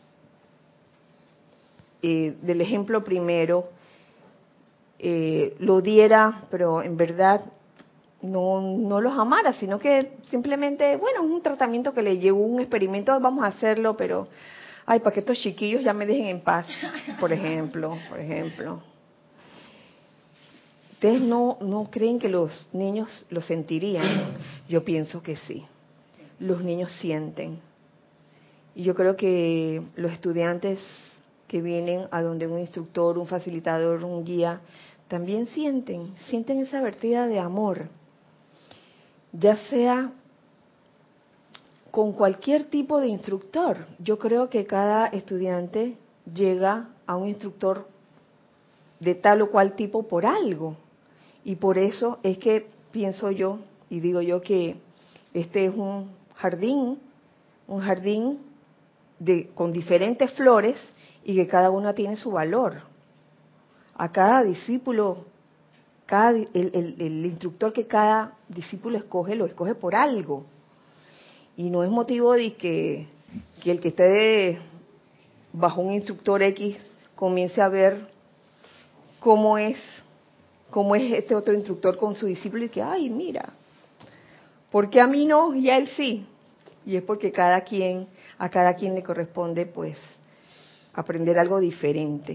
eh, del ejemplo primero eh, lo diera, pero en verdad no, no los amara, sino que simplemente, bueno, un tratamiento que le llevó, un experimento, vamos a hacerlo, pero ay, para que estos chiquillos ya me dejen en paz, por ejemplo, por ejemplo. ¿Ustedes no, no creen que los niños lo sentirían? Yo pienso que sí. Los niños sienten. Y yo creo que los estudiantes que vienen a donde un instructor, un facilitador, un guía, también sienten, sienten esa vertida de amor. Ya sea con cualquier tipo de instructor. Yo creo que cada estudiante llega a un instructor de tal o cual tipo por algo. Y por eso es que pienso yo, y digo yo, que este es un jardín, un jardín de, con diferentes flores y que cada una tiene su valor. A cada discípulo, cada, el, el, el instructor que cada discípulo escoge, lo escoge por algo. Y no es motivo de que, que el que esté de, bajo un instructor X comience a ver cómo es, cómo es este otro instructor con su discípulo y que, ay, mira, ¿por qué a mí no y a él sí? Y es porque cada quien, a cada quien le corresponde pues aprender algo diferente.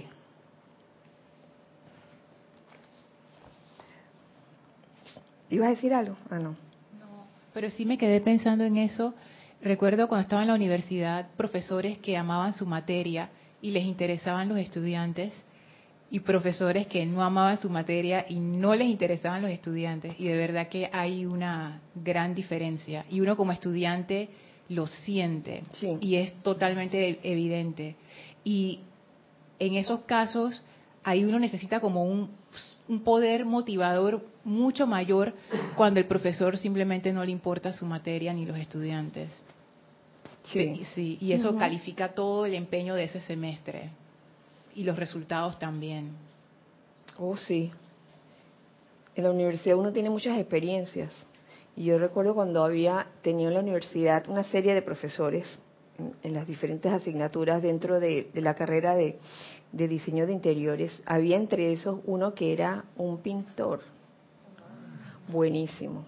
¿Ibas a decir algo? Ah, no. Pero sí me quedé pensando en eso. Recuerdo cuando estaba en la universidad, profesores que amaban su materia y les interesaban los estudiantes, y profesores que no amaban su materia y no les interesaban los estudiantes. Y de verdad que hay una gran diferencia. Y uno como estudiante lo siente, sí, y es totalmente evidente. Y en esos casos, ahí uno necesita como un, un poder motivador mucho mayor cuando el profesor simplemente no le importa su materia ni los estudiantes. Sí, sí, y eso uh-huh. califica todo el empeño de ese semestre y los resultados también. Oh, sí. En la universidad uno tiene muchas experiencias. Y yo recuerdo cuando había tenido en la universidad una serie de profesores en, en las diferentes asignaturas dentro de, de la carrera de, de diseño de interiores. Había entre esos uno que era un pintor. Buenísimo.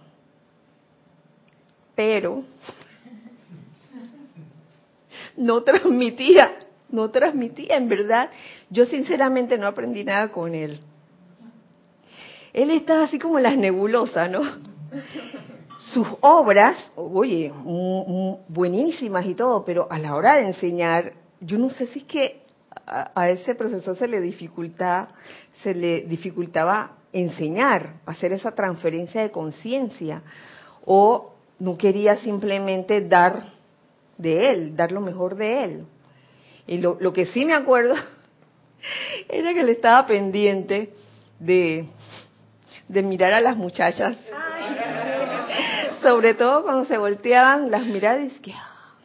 Pero no transmitía, no transmitía, en verdad. Yo sinceramente no aprendí nada con él. Él estaba así como en las nebulosas, ¿no? Sus obras, oye, buenísimas y todo, pero a la hora de enseñar, yo no sé si es que a, a ese profesor se le dificultaba, se le dificultaba enseñar, hacer esa transferencia de conciencia, o no quería simplemente dar de él, dar lo mejor de él. Y lo, lo que sí me acuerdo era que le estaba pendiente de, de mirar a las muchachas. Sobre todo cuando se volteaban las miradas y es que...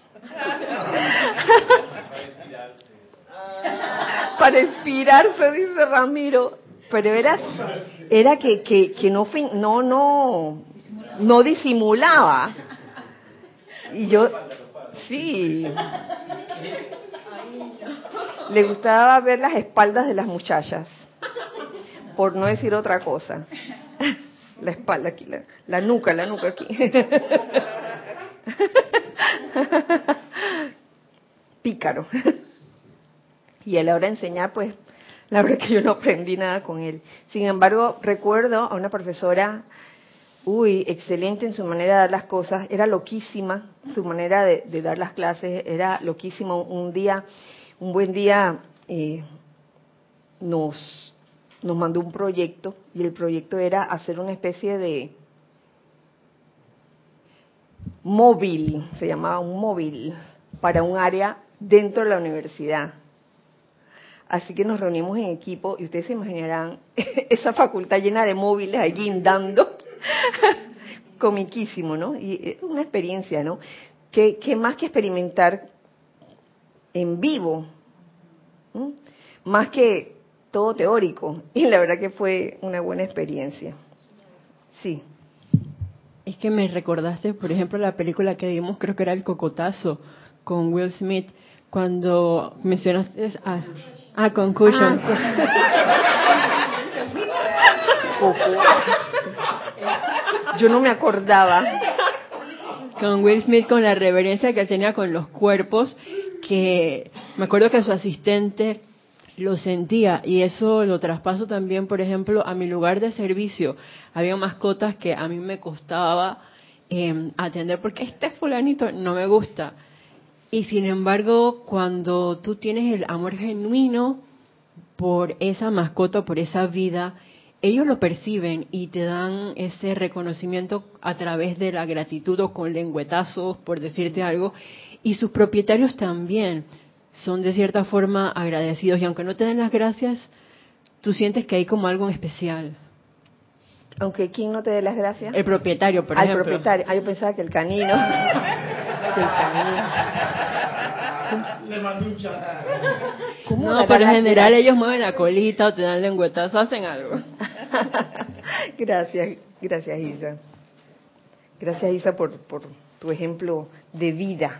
Para inspirarse, dice Ramiro. Pero era, era que, que, que no, no, no, no disimulaba. Y yo, sí. Le gustaba ver las espaldas de las muchachas, por no decir otra cosa. La espalda aquí, la, la nuca, la nuca aquí. Pícaro. Y a la hora de enseñar, pues, la verdad es que yo no aprendí nada con él. Sin embargo, recuerdo a una profesora, uy, excelente en su manera de dar las cosas, era loquísima, su manera de, de dar las clases era loquísima. Un día, un buen día, eh, nos, nos mandó un proyecto, y el proyecto era hacer una especie de móvil, se llamaba un móvil, para un área dentro de la universidad. Así que nos reunimos en equipo y ustedes se imaginarán esa facultad llena de móviles ahí guindando. Comiquísimo, ¿no? Y es una experiencia, ¿no? Que, que más que experimentar en vivo, ¿no? Más que todo teórico. Y la verdad que fue una buena experiencia. Sí. Es que me recordaste, por ejemplo, la película que vimos, creo que era El Cocotazo, con Will Smith, cuando mencionaste a... Ah, Concussion. Ah, yo no me acordaba. Con Will Smith, con la reverencia que tenía con los cuerpos, que me acuerdo que su asistente lo sentía, y eso lo traspaso también, por ejemplo, a mi lugar de servicio. Había mascotas que a mí me costaba eh, atender porque este fulanito no me gusta. Y sin embargo, cuando tú tienes el amor genuino por esa mascota, por esa vida, ellos lo perciben y te dan ese reconocimiento a través de la gratitud o con lengüetazos, por decirte algo. Y sus propietarios también son de cierta forma agradecidos. Y aunque no te den las gracias, tú sientes que hay como algo especial. Aunque ¿quién no te dé las gracias? El propietario, por Al ejemplo. propietario. Ah, yo pensaba que el canino. Que el canino. Le mandé un chat. No, por lo general ellos mueven la colita o te dan lengüetazo, hacen algo. Gracias, gracias Isa. Gracias Isa por, por tu ejemplo de vida.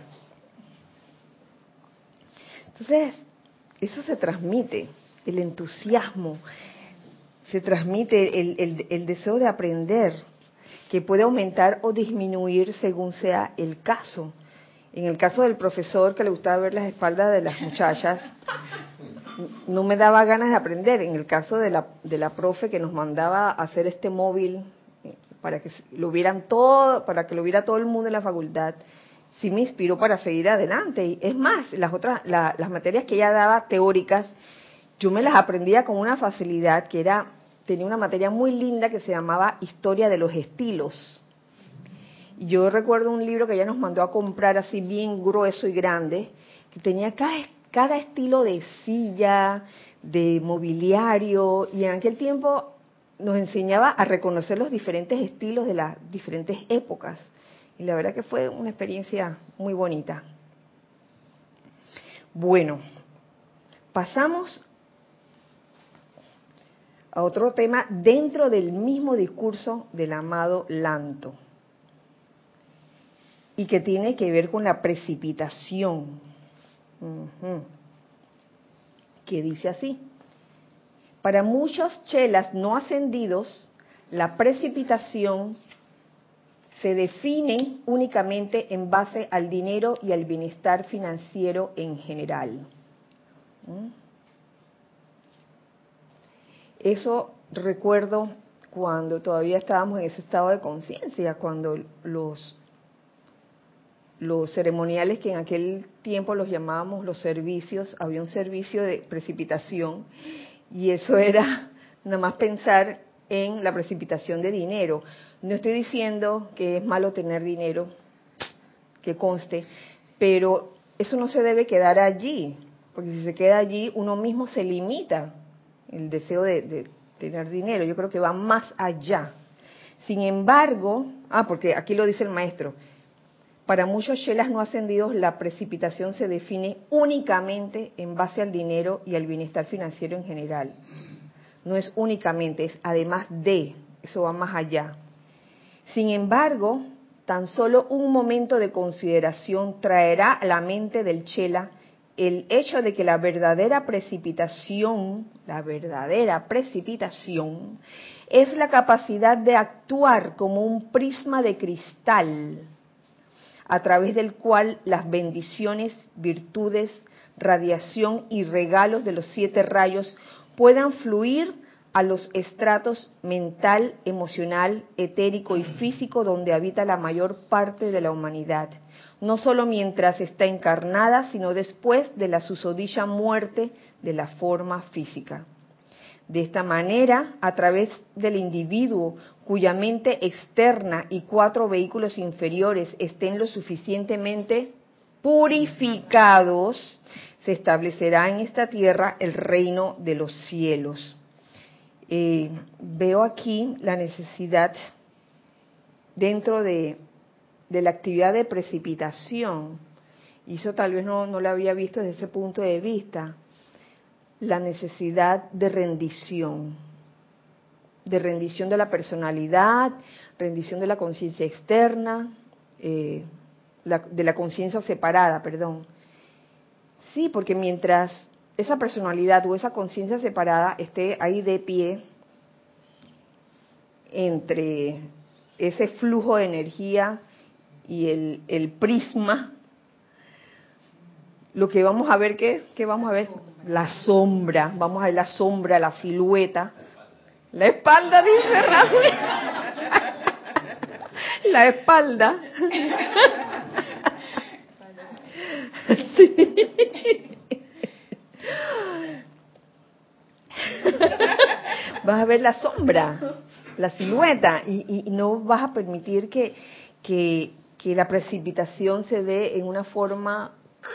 Entonces, eso se transmite, el entusiasmo, se transmite el, el, el deseo de aprender, que puede aumentar o disminuir según sea el caso. En el caso del profesor que le gustaba ver las espaldas de las muchachas, no me daba ganas de aprender. En el caso de la, de la profe que nos mandaba a hacer este móvil para que lo vieran todo, para que lo viera todo el mundo en la facultad, sí me inspiró para seguir adelante. Y es más, las otras, la, las materias que ella daba teóricas, yo me las aprendía con una facilidad que era, tenía una materia muy linda que se llamaba Historia de los Estilos. Yo recuerdo un libro que ella nos mandó a comprar así bien grueso y grande, que tenía cada, cada estilo de silla, de mobiliario, y en aquel tiempo nos enseñaba a reconocer los diferentes estilos de las diferentes épocas. Y la verdad que fue una experiencia muy bonita. Bueno, pasamos a otro tema dentro del mismo discurso del amado Lanto, y que tiene que ver con la precipitación, uh-huh. Que dice así: para muchos chelas no ascendidos, la precipitación se define únicamente en base al dinero y al bienestar financiero en general. ¿Mm? Eso recuerdo cuando todavía estábamos en ese estado de conciencia, cuando los los ceremoniales, que en aquel tiempo los llamábamos los servicios, había un servicio de precipitación, y eso era nada más pensar en la precipitación de dinero. No estoy diciendo que es malo tener dinero, que conste, pero eso no se debe quedar allí. porque si se queda allí, uno mismo se limita el deseo de, de tener dinero. Yo creo que va más allá. Sin embargo, ah, porque aquí lo dice el maestro, para muchos chelas no ascendidos la precipitación se define únicamente en base al dinero y al bienestar financiero en general. No es únicamente, es además de, eso va más allá. Sin embargo, tan solo un momento de consideración traerá a la mente del chela el hecho de que la verdadera precipitación, la verdadera precipitación, es la capacidad de actuar como un prisma de cristal, a través del cual las bendiciones, virtudes, radiación y regalos de los siete rayos puedan fluir a los estratos mental, emocional, etérico y físico donde habita la mayor parte de la humanidad, no solo mientras está encarnada, sino después de la susodicha muerte de la forma física. De esta manera, a través del individuo cuya mente externa y cuatro vehículos inferiores estén lo suficientemente purificados, se establecerá en esta tierra el reino de los cielos. Eh, veo aquí la necesidad dentro de, de la actividad de precipitación, y eso tal vez no, no lo había visto desde ese punto de vista, la necesidad de rendición, de rendición de la personalidad, rendición de la conciencia externa, eh, la, de la conciencia separada, perdón. Sí, porque mientras esa personalidad o esa conciencia separada esté ahí de pie entre ese flujo de energía y el, el prisma, lo que vamos a ver, ¿qué? ¿Qué vamos a ver? La sombra, vamos a ver la sombra, la silueta, la espalda, dice Raúl. La espalda. Sí. Vas a ver la sombra, la silueta, y, y no vas a permitir que, que, que la precipitación se dé en una forma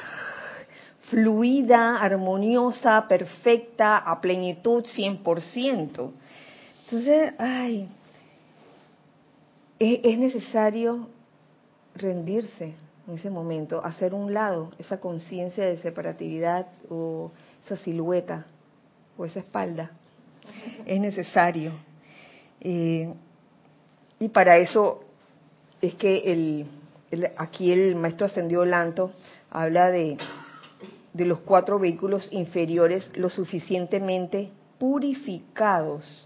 fluida, armoniosa, perfecta, a plenitud, cien por ciento. Entonces, ay, es, es necesario rendirse en ese momento, hacer un lado esa conciencia de separatividad o esa silueta o esa espalda. Es necesario. Eh, y para eso es que el, el, aquí el maestro ascendido Lanto habla de, de los cuatro vehículos inferiores lo suficientemente purificados.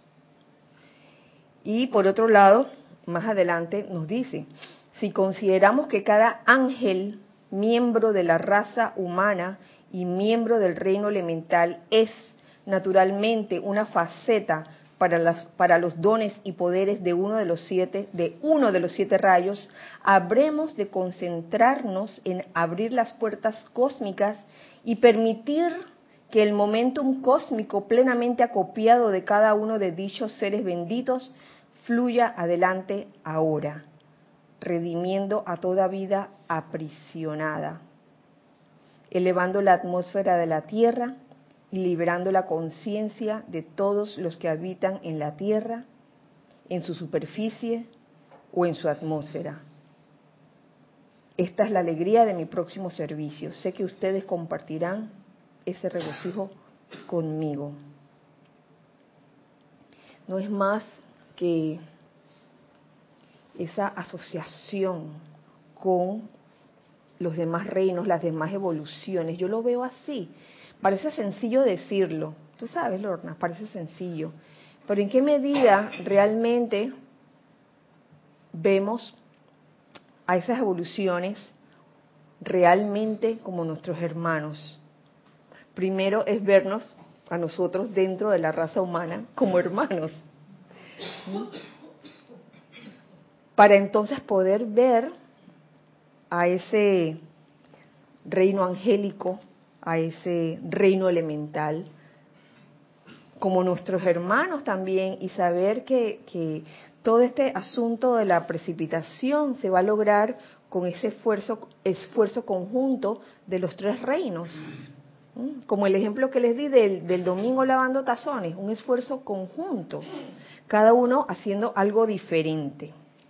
Y por otro lado, más adelante nos dice, si consideramos que cada ángel, miembro de la raza humana y miembro del reino elemental, es naturalmente una faceta para, las, para los dones y poderes de uno de los siete, de uno de los siete rayos, habremos de concentrarnos en abrir las puertas cósmicas y permitir que el momentum cósmico plenamente acopiado de cada uno de dichos seres benditos fluya adelante ahora, redimiendo a toda vida aprisionada, elevando la atmósfera de la Tierra y liberando la conciencia de todos los que habitan en la Tierra, en su superficie o en su atmósfera. Esta es la alegría de mi próximo servicio. Sé que ustedes compartirán ese regocijo conmigo. No es más que esa asociación con los demás reinos, las demás evoluciones. Yo lo veo así. Parece sencillo decirlo, tú sabes, Lorna, parece sencillo. Pero ¿en qué medida realmente vemos a esas evoluciones realmente como nuestros hermanos? Primero es vernos a nosotros dentro de la raza humana como hermanos, para entonces poder ver a ese reino angélico, a ese reino elemental, como nuestros hermanos también, y saber que, que todo este asunto de la precipitación se va a lograr con ese esfuerzo, esfuerzo conjunto de los tres reinos, Como el ejemplo que les di del, del domingo lavando tazones, un esfuerzo conjunto, cada uno haciendo algo diferente.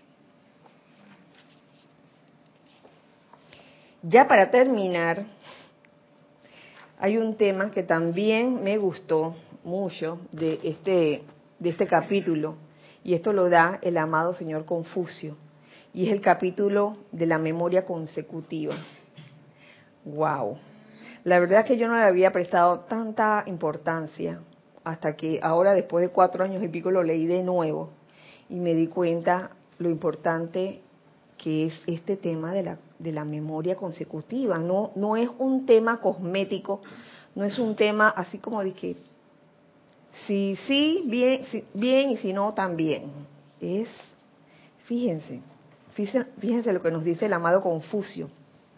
Ya para terminar, hay un tema que también me gustó mucho de este, de este capítulo, y esto lo da el amado señor Confucio, y es el capítulo de la memoria consecutiva. ¡Wow! La verdad es que yo no le había prestado tanta importancia hasta que ahora, después de cuatro años y pico, lo leí de nuevo y me di cuenta lo importante que es este tema de la, de la memoria consecutiva. No, no es un tema cosmético, no es un tema así como de que si sí, bien, si, bien y si no, también. Es, fíjense, fíjense, fíjense lo que nos dice el amado Confucio.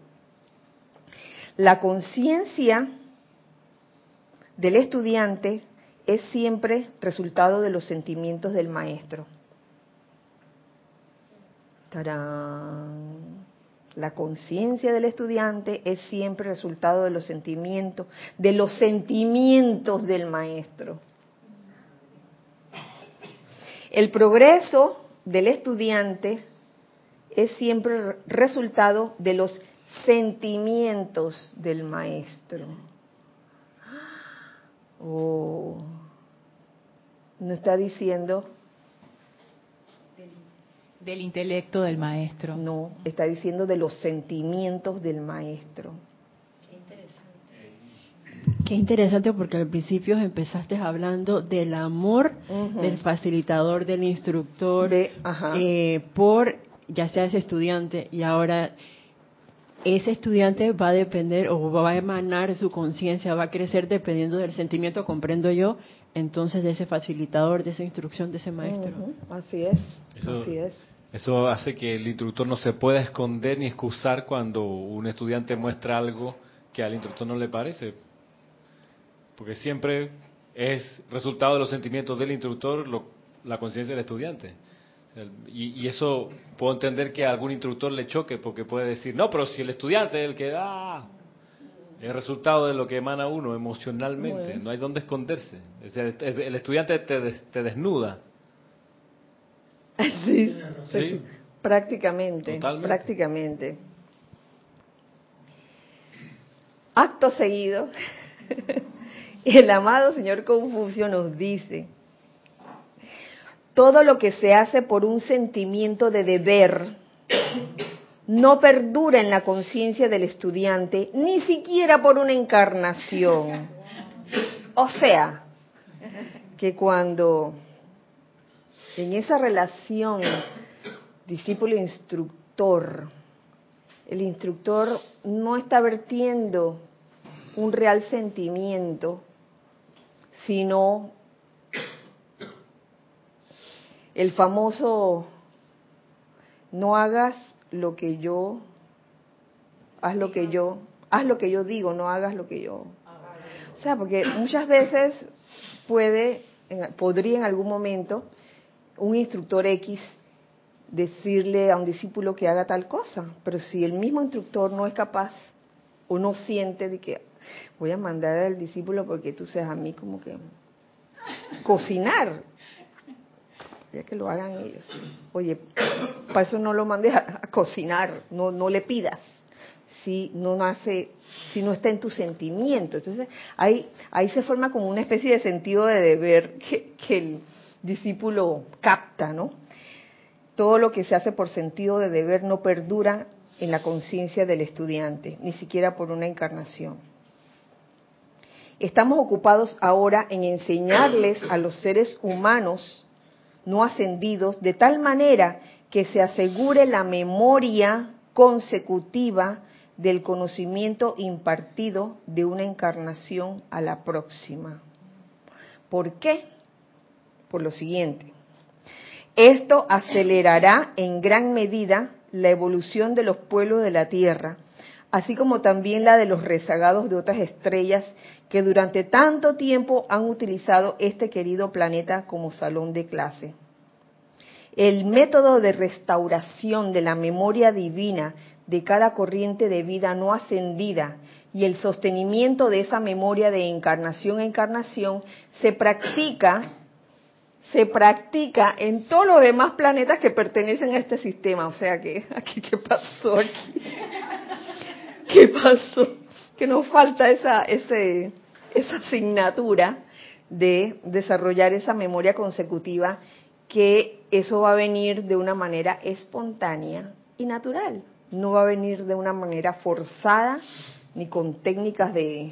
La conciencia del estudiante es siempre resultado de los sentimientos del maestro. ¡Tarán! La conciencia del estudiante es siempre resultado de los sentimientos, de los sentimientos del maestro. El progreso del estudiante es siempre resultado de los sentimientos del maestro. Oh, no está diciendo del, del intelecto del maestro. No, está diciendo de los sentimientos del maestro. Qué interesante. Qué interesante, porque al principio empezaste hablando del amor uh-huh. del facilitador, del instructor, de, eh, por ya sea ese estudiante, y ahora ese estudiante va a depender o va a emanar su conciencia, va a crecer dependiendo del sentimiento, comprendo yo, entonces de ese facilitador, de esa instrucción, de ese maestro. Uh-huh. Así es, eso, así es. Eso hace que el instructor no se pueda esconder ni excusar cuando un estudiante muestra algo que al instructor no le parece, porque siempre es resultado de los sentimientos del instructor lo, la conciencia del estudiante. Y, y eso puedo entender que a algún instructor le choque, porque puede decir, no, pero si el estudiante es el que da, es resultado de lo que emana uno emocionalmente, no hay dónde esconderse. Es el, es el estudiante te, des, te desnuda. Sí, sí, prácticamente, totalmente. prácticamente. Acto seguido, el amado señor Confucio nos dice: todo lo que se hace por un sentimiento de deber no perdura en la conciencia del estudiante, ni siquiera por una encarnación. O sea, que cuando en esa relación discípulo-instructor, el instructor no está vertiendo un real sentimiento, sino el famoso no hagas lo que yo, haz lo que yo, haz lo que yo digo, no hagas lo que yo. O sea, porque muchas veces puede, podría en algún momento un instructor X decirle a un discípulo que haga tal cosa, pero si el mismo instructor no es capaz o no siente de que voy a mandar al discípulo porque tú seas a mí como que cocinar, ya que lo hagan ellos. Oye, para eso no lo mandes a, a cocinar, no no le pidas. Si no nace, si no está en tu sentimiento. Entonces, ahí ahí se forma como una especie de sentido de deber que, que el discípulo capta, ¿no? Todo lo que se hace por sentido de deber no perdura en la conciencia del estudiante, ni siquiera por una encarnación. Estamos ocupados ahora en enseñarles a los seres humanos no ascendidos de tal manera que se asegure la memoria consecutiva del conocimiento impartido de una encarnación a la próxima. ¿Por qué? Por lo siguiente: esto acelerará en gran medida la evolución de los pueblos de la Tierra, así como también la de los rezagados de otras estrellas que durante tanto tiempo han utilizado este querido planeta como salón de clase. El método de restauración de la memoria divina de cada corriente de vida no ascendida y el sostenimiento de esa memoria de encarnación a encarnación se practica, se practica en todos los demás planetas que pertenecen a este sistema. O sea que, aquí, ¿qué pasó aquí? ¿Qué pasó? Que nos falta esa, ese, esa asignatura de desarrollar esa memoria consecutiva, que eso va a venir de una manera espontánea y natural. No va a venir de una manera forzada ni con técnicas de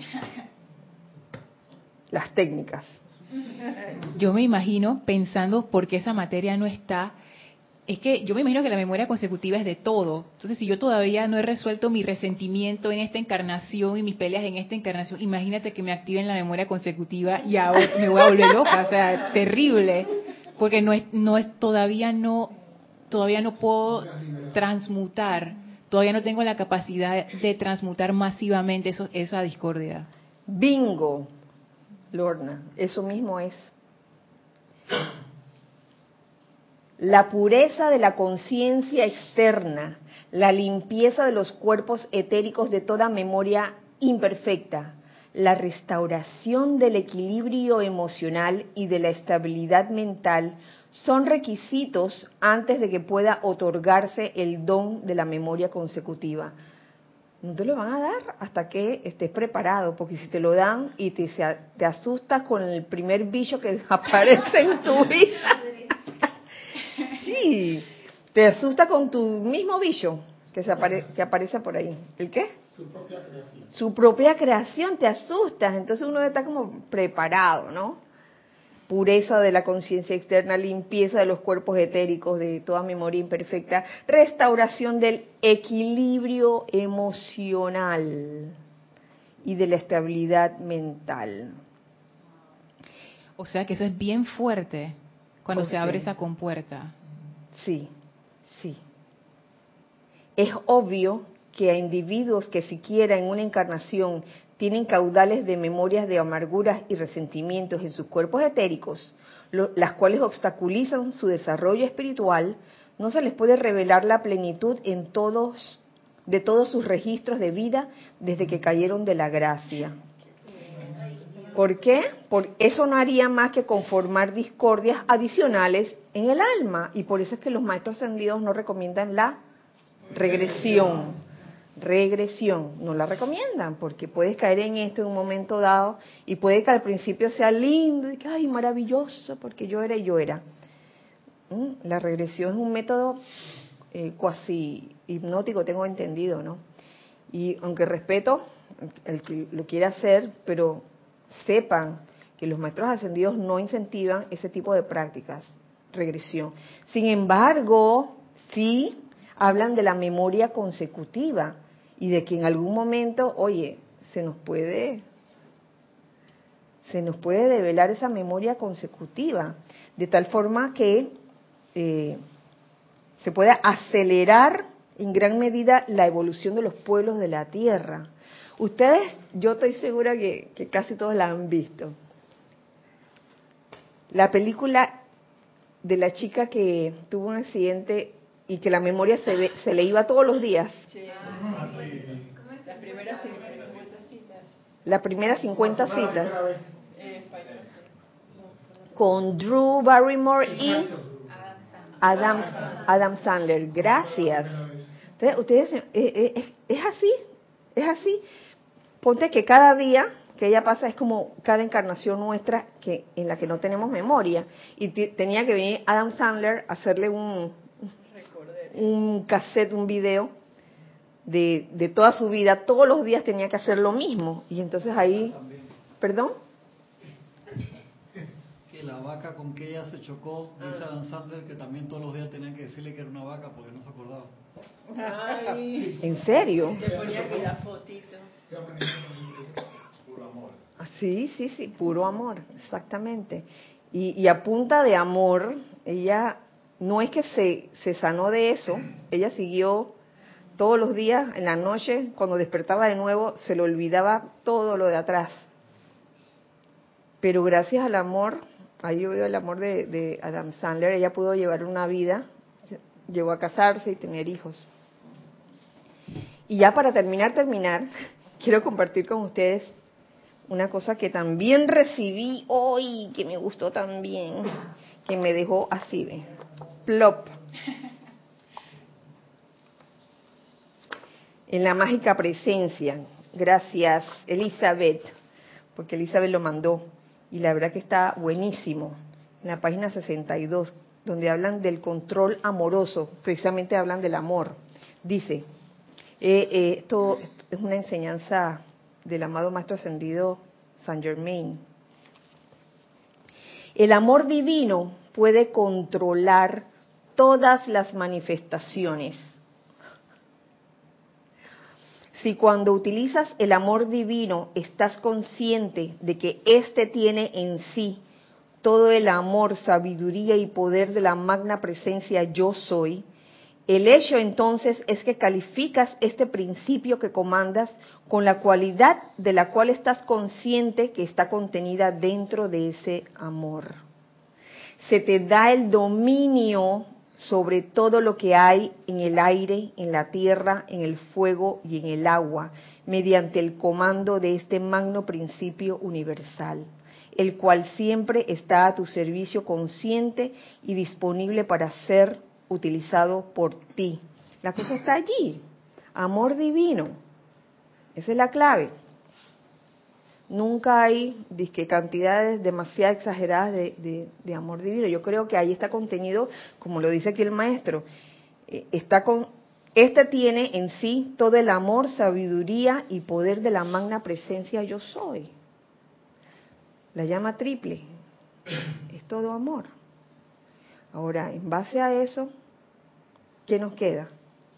las técnicas. Yo me imagino pensando por qué esa materia no está. Es que yo me imagino que la memoria consecutiva es de todo. Entonces, si yo todavía no he resuelto mi resentimiento en esta encarnación y mis peleas en esta encarnación, imagínate que me activen la memoria consecutiva y ahora me voy a volver loca. O sea, terrible. Porque no es, no es, todavía no, todavía no puedo transmutar. Todavía no tengo la capacidad de transmutar masivamente eso, esa discordia. Bingo, Lorna, eso mismo es. La pureza de la conciencia externa, la limpieza de los cuerpos etéricos de toda memoria imperfecta, la restauración del equilibrio emocional y de la estabilidad mental son requisitos antes de que pueda otorgarse el don de la memoria consecutiva. No te lo van a dar hasta que estés preparado, porque si te lo dan y te, te asustas con el primer bicho que aparece en tu vida, sí, te asusta con tu mismo bicho que, se apare, que aparece por ahí. ¿El qué? Su propia creación. Su propia creación, te asustas, entonces uno está como preparado, ¿no? Pureza de la conciencia externa, limpieza de los cuerpos etéricos de toda memoria imperfecta, restauración del equilibrio emocional y de la estabilidad mental. O sea que eso es bien fuerte cuando O se sea, abre esa compuerta. Sí, sí. Es obvio que a individuos que siquiera en una encarnación tienen caudales de memorias de amarguras y resentimientos en sus cuerpos etéricos, lo, las cuales obstaculizan su desarrollo espiritual, no se les puede revelar la plenitud en todos, de todos sus registros de vida desde que cayeron de la gracia. ¿Por qué? Porque eso no haría más que conformar discordias adicionales en el alma, y por eso es que los maestros ascendidos no recomiendan la regresión. Regresión, no la recomiendan, porque puedes caer en esto en un momento dado, y puede que al principio sea lindo, y que, ay, maravilloso, porque yo era y yo era. ¿Mm? La regresión es un método eh, cuasi hipnótico, tengo entendido, ¿no? Y aunque respeto el que lo quiera hacer, pero sepan que los maestros ascendidos no incentivan ese tipo de prácticas, regresión. Sin embargo, sí hablan de la memoria consecutiva y de que en algún momento, oye, se nos puede se nos puede develar esa memoria consecutiva, de tal forma que eh, se pueda acelerar en gran medida la evolución de los pueblos de la Tierra. Ustedes, yo estoy segura que, que casi todos la han visto. La película de la chica que tuvo un accidente y que la memoria se, ve, se le iba todos los días. Sí. Las primeras cincuenta citas. La primera cincuenta citas. Eh, Con Drew Barrymore y Adam, Adam Sandler. Gracias. Entonces, ustedes, eh, eh, es, es así, es así. Ponte que cada día que ella pasa es como cada encarnación nuestra que en la que no tenemos memoria. Y tenía que venir Adam Sandler a hacerle un, un cassette, un video de, de toda su vida. Todos los días tenía que hacer lo mismo. Y entonces ahí, ¿perdón? Que la vaca con que ella se chocó, dice Adam Sandler que también todos los días tenía que decirle que era una vaca porque no se acordaba. Ay. ¿En serio? Te ponía que la fotito. Puro amor. Sí, sí, sí, puro amor, exactamente. Y, y a punta de amor, ella no es que se, se sanó de eso, ella siguió todos los días, en la noche, cuando despertaba de nuevo, se le olvidaba todo lo de atrás. Pero gracias al amor, ahí yo veo el amor de, de Adam Sandler, ella pudo llevar una vida, llegó a casarse y tener hijos. Y ya para terminar, terminar, quiero compartir con ustedes una cosa que también recibí hoy, que me gustó también, que me dejó así, ¿ve? Plop. En la mágica presencia. Gracias, Elizabeth, porque Elizabeth lo mandó. Y la verdad que está buenísimo. En la página sesenta y dos, donde hablan del control amoroso, precisamente hablan del amor. Dice, eh, eh, esto, esto es una enseñanza del amado Maestro Ascendido Saint Germain. El amor divino puede controlar todas las manifestaciones. Si cuando utilizas el amor divino estás consciente de que éste tiene en sí todo el amor, sabiduría y poder de la magna presencia yo soy, el hecho entonces es que calificas este principio que comandas con la cualidad de la cual estás consciente que está contenida dentro de ese amor. Se te da el dominio sobre todo lo que hay en el aire, en la tierra, en el fuego y en el agua, mediante el comando de este magno principio universal, el cual siempre está a tu servicio consciente y disponible para ser utilizado por ti. La cosa está allí, amor divino, esa es la clave. Nunca hay disque cantidades demasiado exageradas de, de, de amor divino. Yo creo que ahí está contenido, como lo dice aquí el maestro, eh, está con, este tiene en sí todo el amor, sabiduría y poder de la magna presencia yo soy. La llama triple, es todo amor. Ahora, en base a eso, ¿qué nos queda?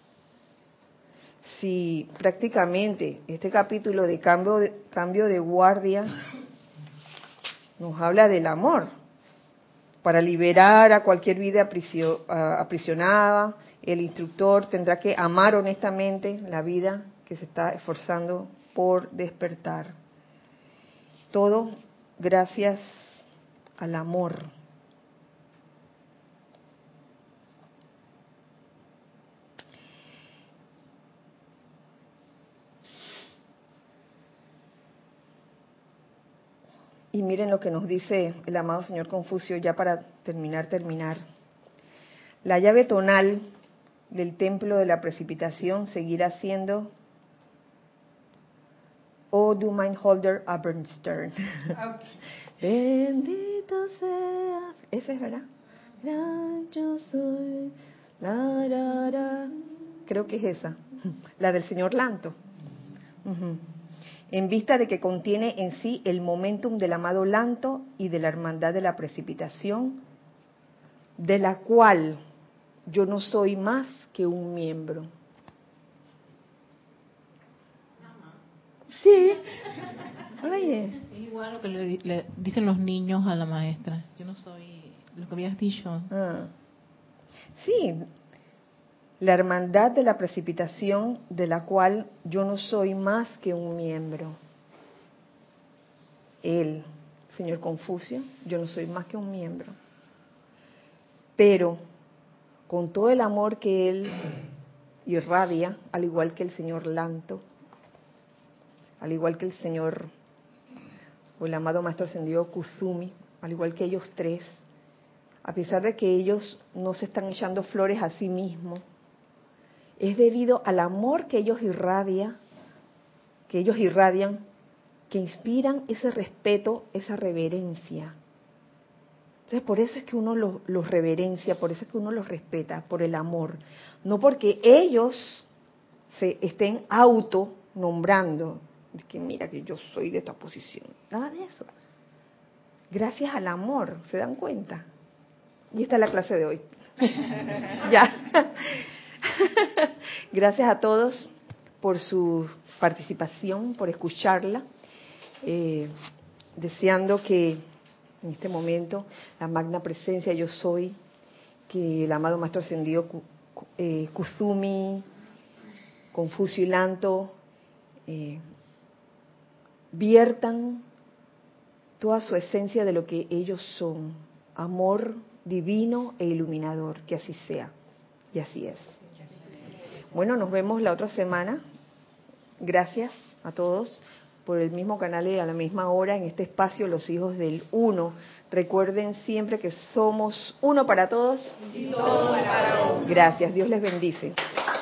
Si prácticamente este capítulo de cambio de, cambio de guardia nos habla del amor, para liberar a cualquier vida aprisio, a, aprisionada, el instructor tendrá que amar honestamente la vida que se está esforzando por despertar. Todo gracias al amor. Y miren lo que nos dice el amado señor Confucio, ya para terminar, terminar. La llave tonal del templo de la precipitación seguirá siendo O du mein Holder Abernstern. Bendito seas. Esa es, ¿verdad? Yo soy. La, la, la. Creo que es esa. La del señor Lanto. Uh-huh. En vista de que contiene en sí el momentum del amado Lanto y de la hermandad de la precipitación, de la cual yo no soy más que un miembro. Sí. Oye. Es igual lo que le, le dicen los niños a la maestra. Yo no soy lo que habías dicho. Ah. Sí. La hermandad de la precipitación, de la cual yo no soy más que un miembro. Él, señor Confucio, yo no soy más que un miembro. Pero con todo el amor que él irradia, al igual que el señor Lanto, al igual que el señor o el amado Maestro Ascendido Kusumi, al igual que ellos tres, a pesar de que ellos no se están echando flores a sí mismos, es debido al amor que ellos irradia, que ellos irradian, que inspiran ese respeto, esa reverencia. Entonces, por eso es que uno los, los reverencia, por eso es que uno los respeta, por el amor. No porque ellos se estén auto nombrando, que mira que yo soy de esta posición. Nada de eso. Gracias al amor, ¿se dan cuenta? Y esta es la clase de hoy. Ya. Gracias a todos por su participación, por escucharla, eh, deseando que en este momento la magna presencia yo soy, que el amado Maestro Ascendido eh, Kusumi, Confucio y Lanto eh, viertan toda su esencia de lo que ellos son, amor divino e iluminador, que así sea, y así es. Bueno, nos vemos la otra semana Gracias a todos por el mismo canal y a la misma hora en este espacio Los Hijos del Uno. Recuerden siempre que somos uno para todos y todos para uno. Gracias, Dios les bendice.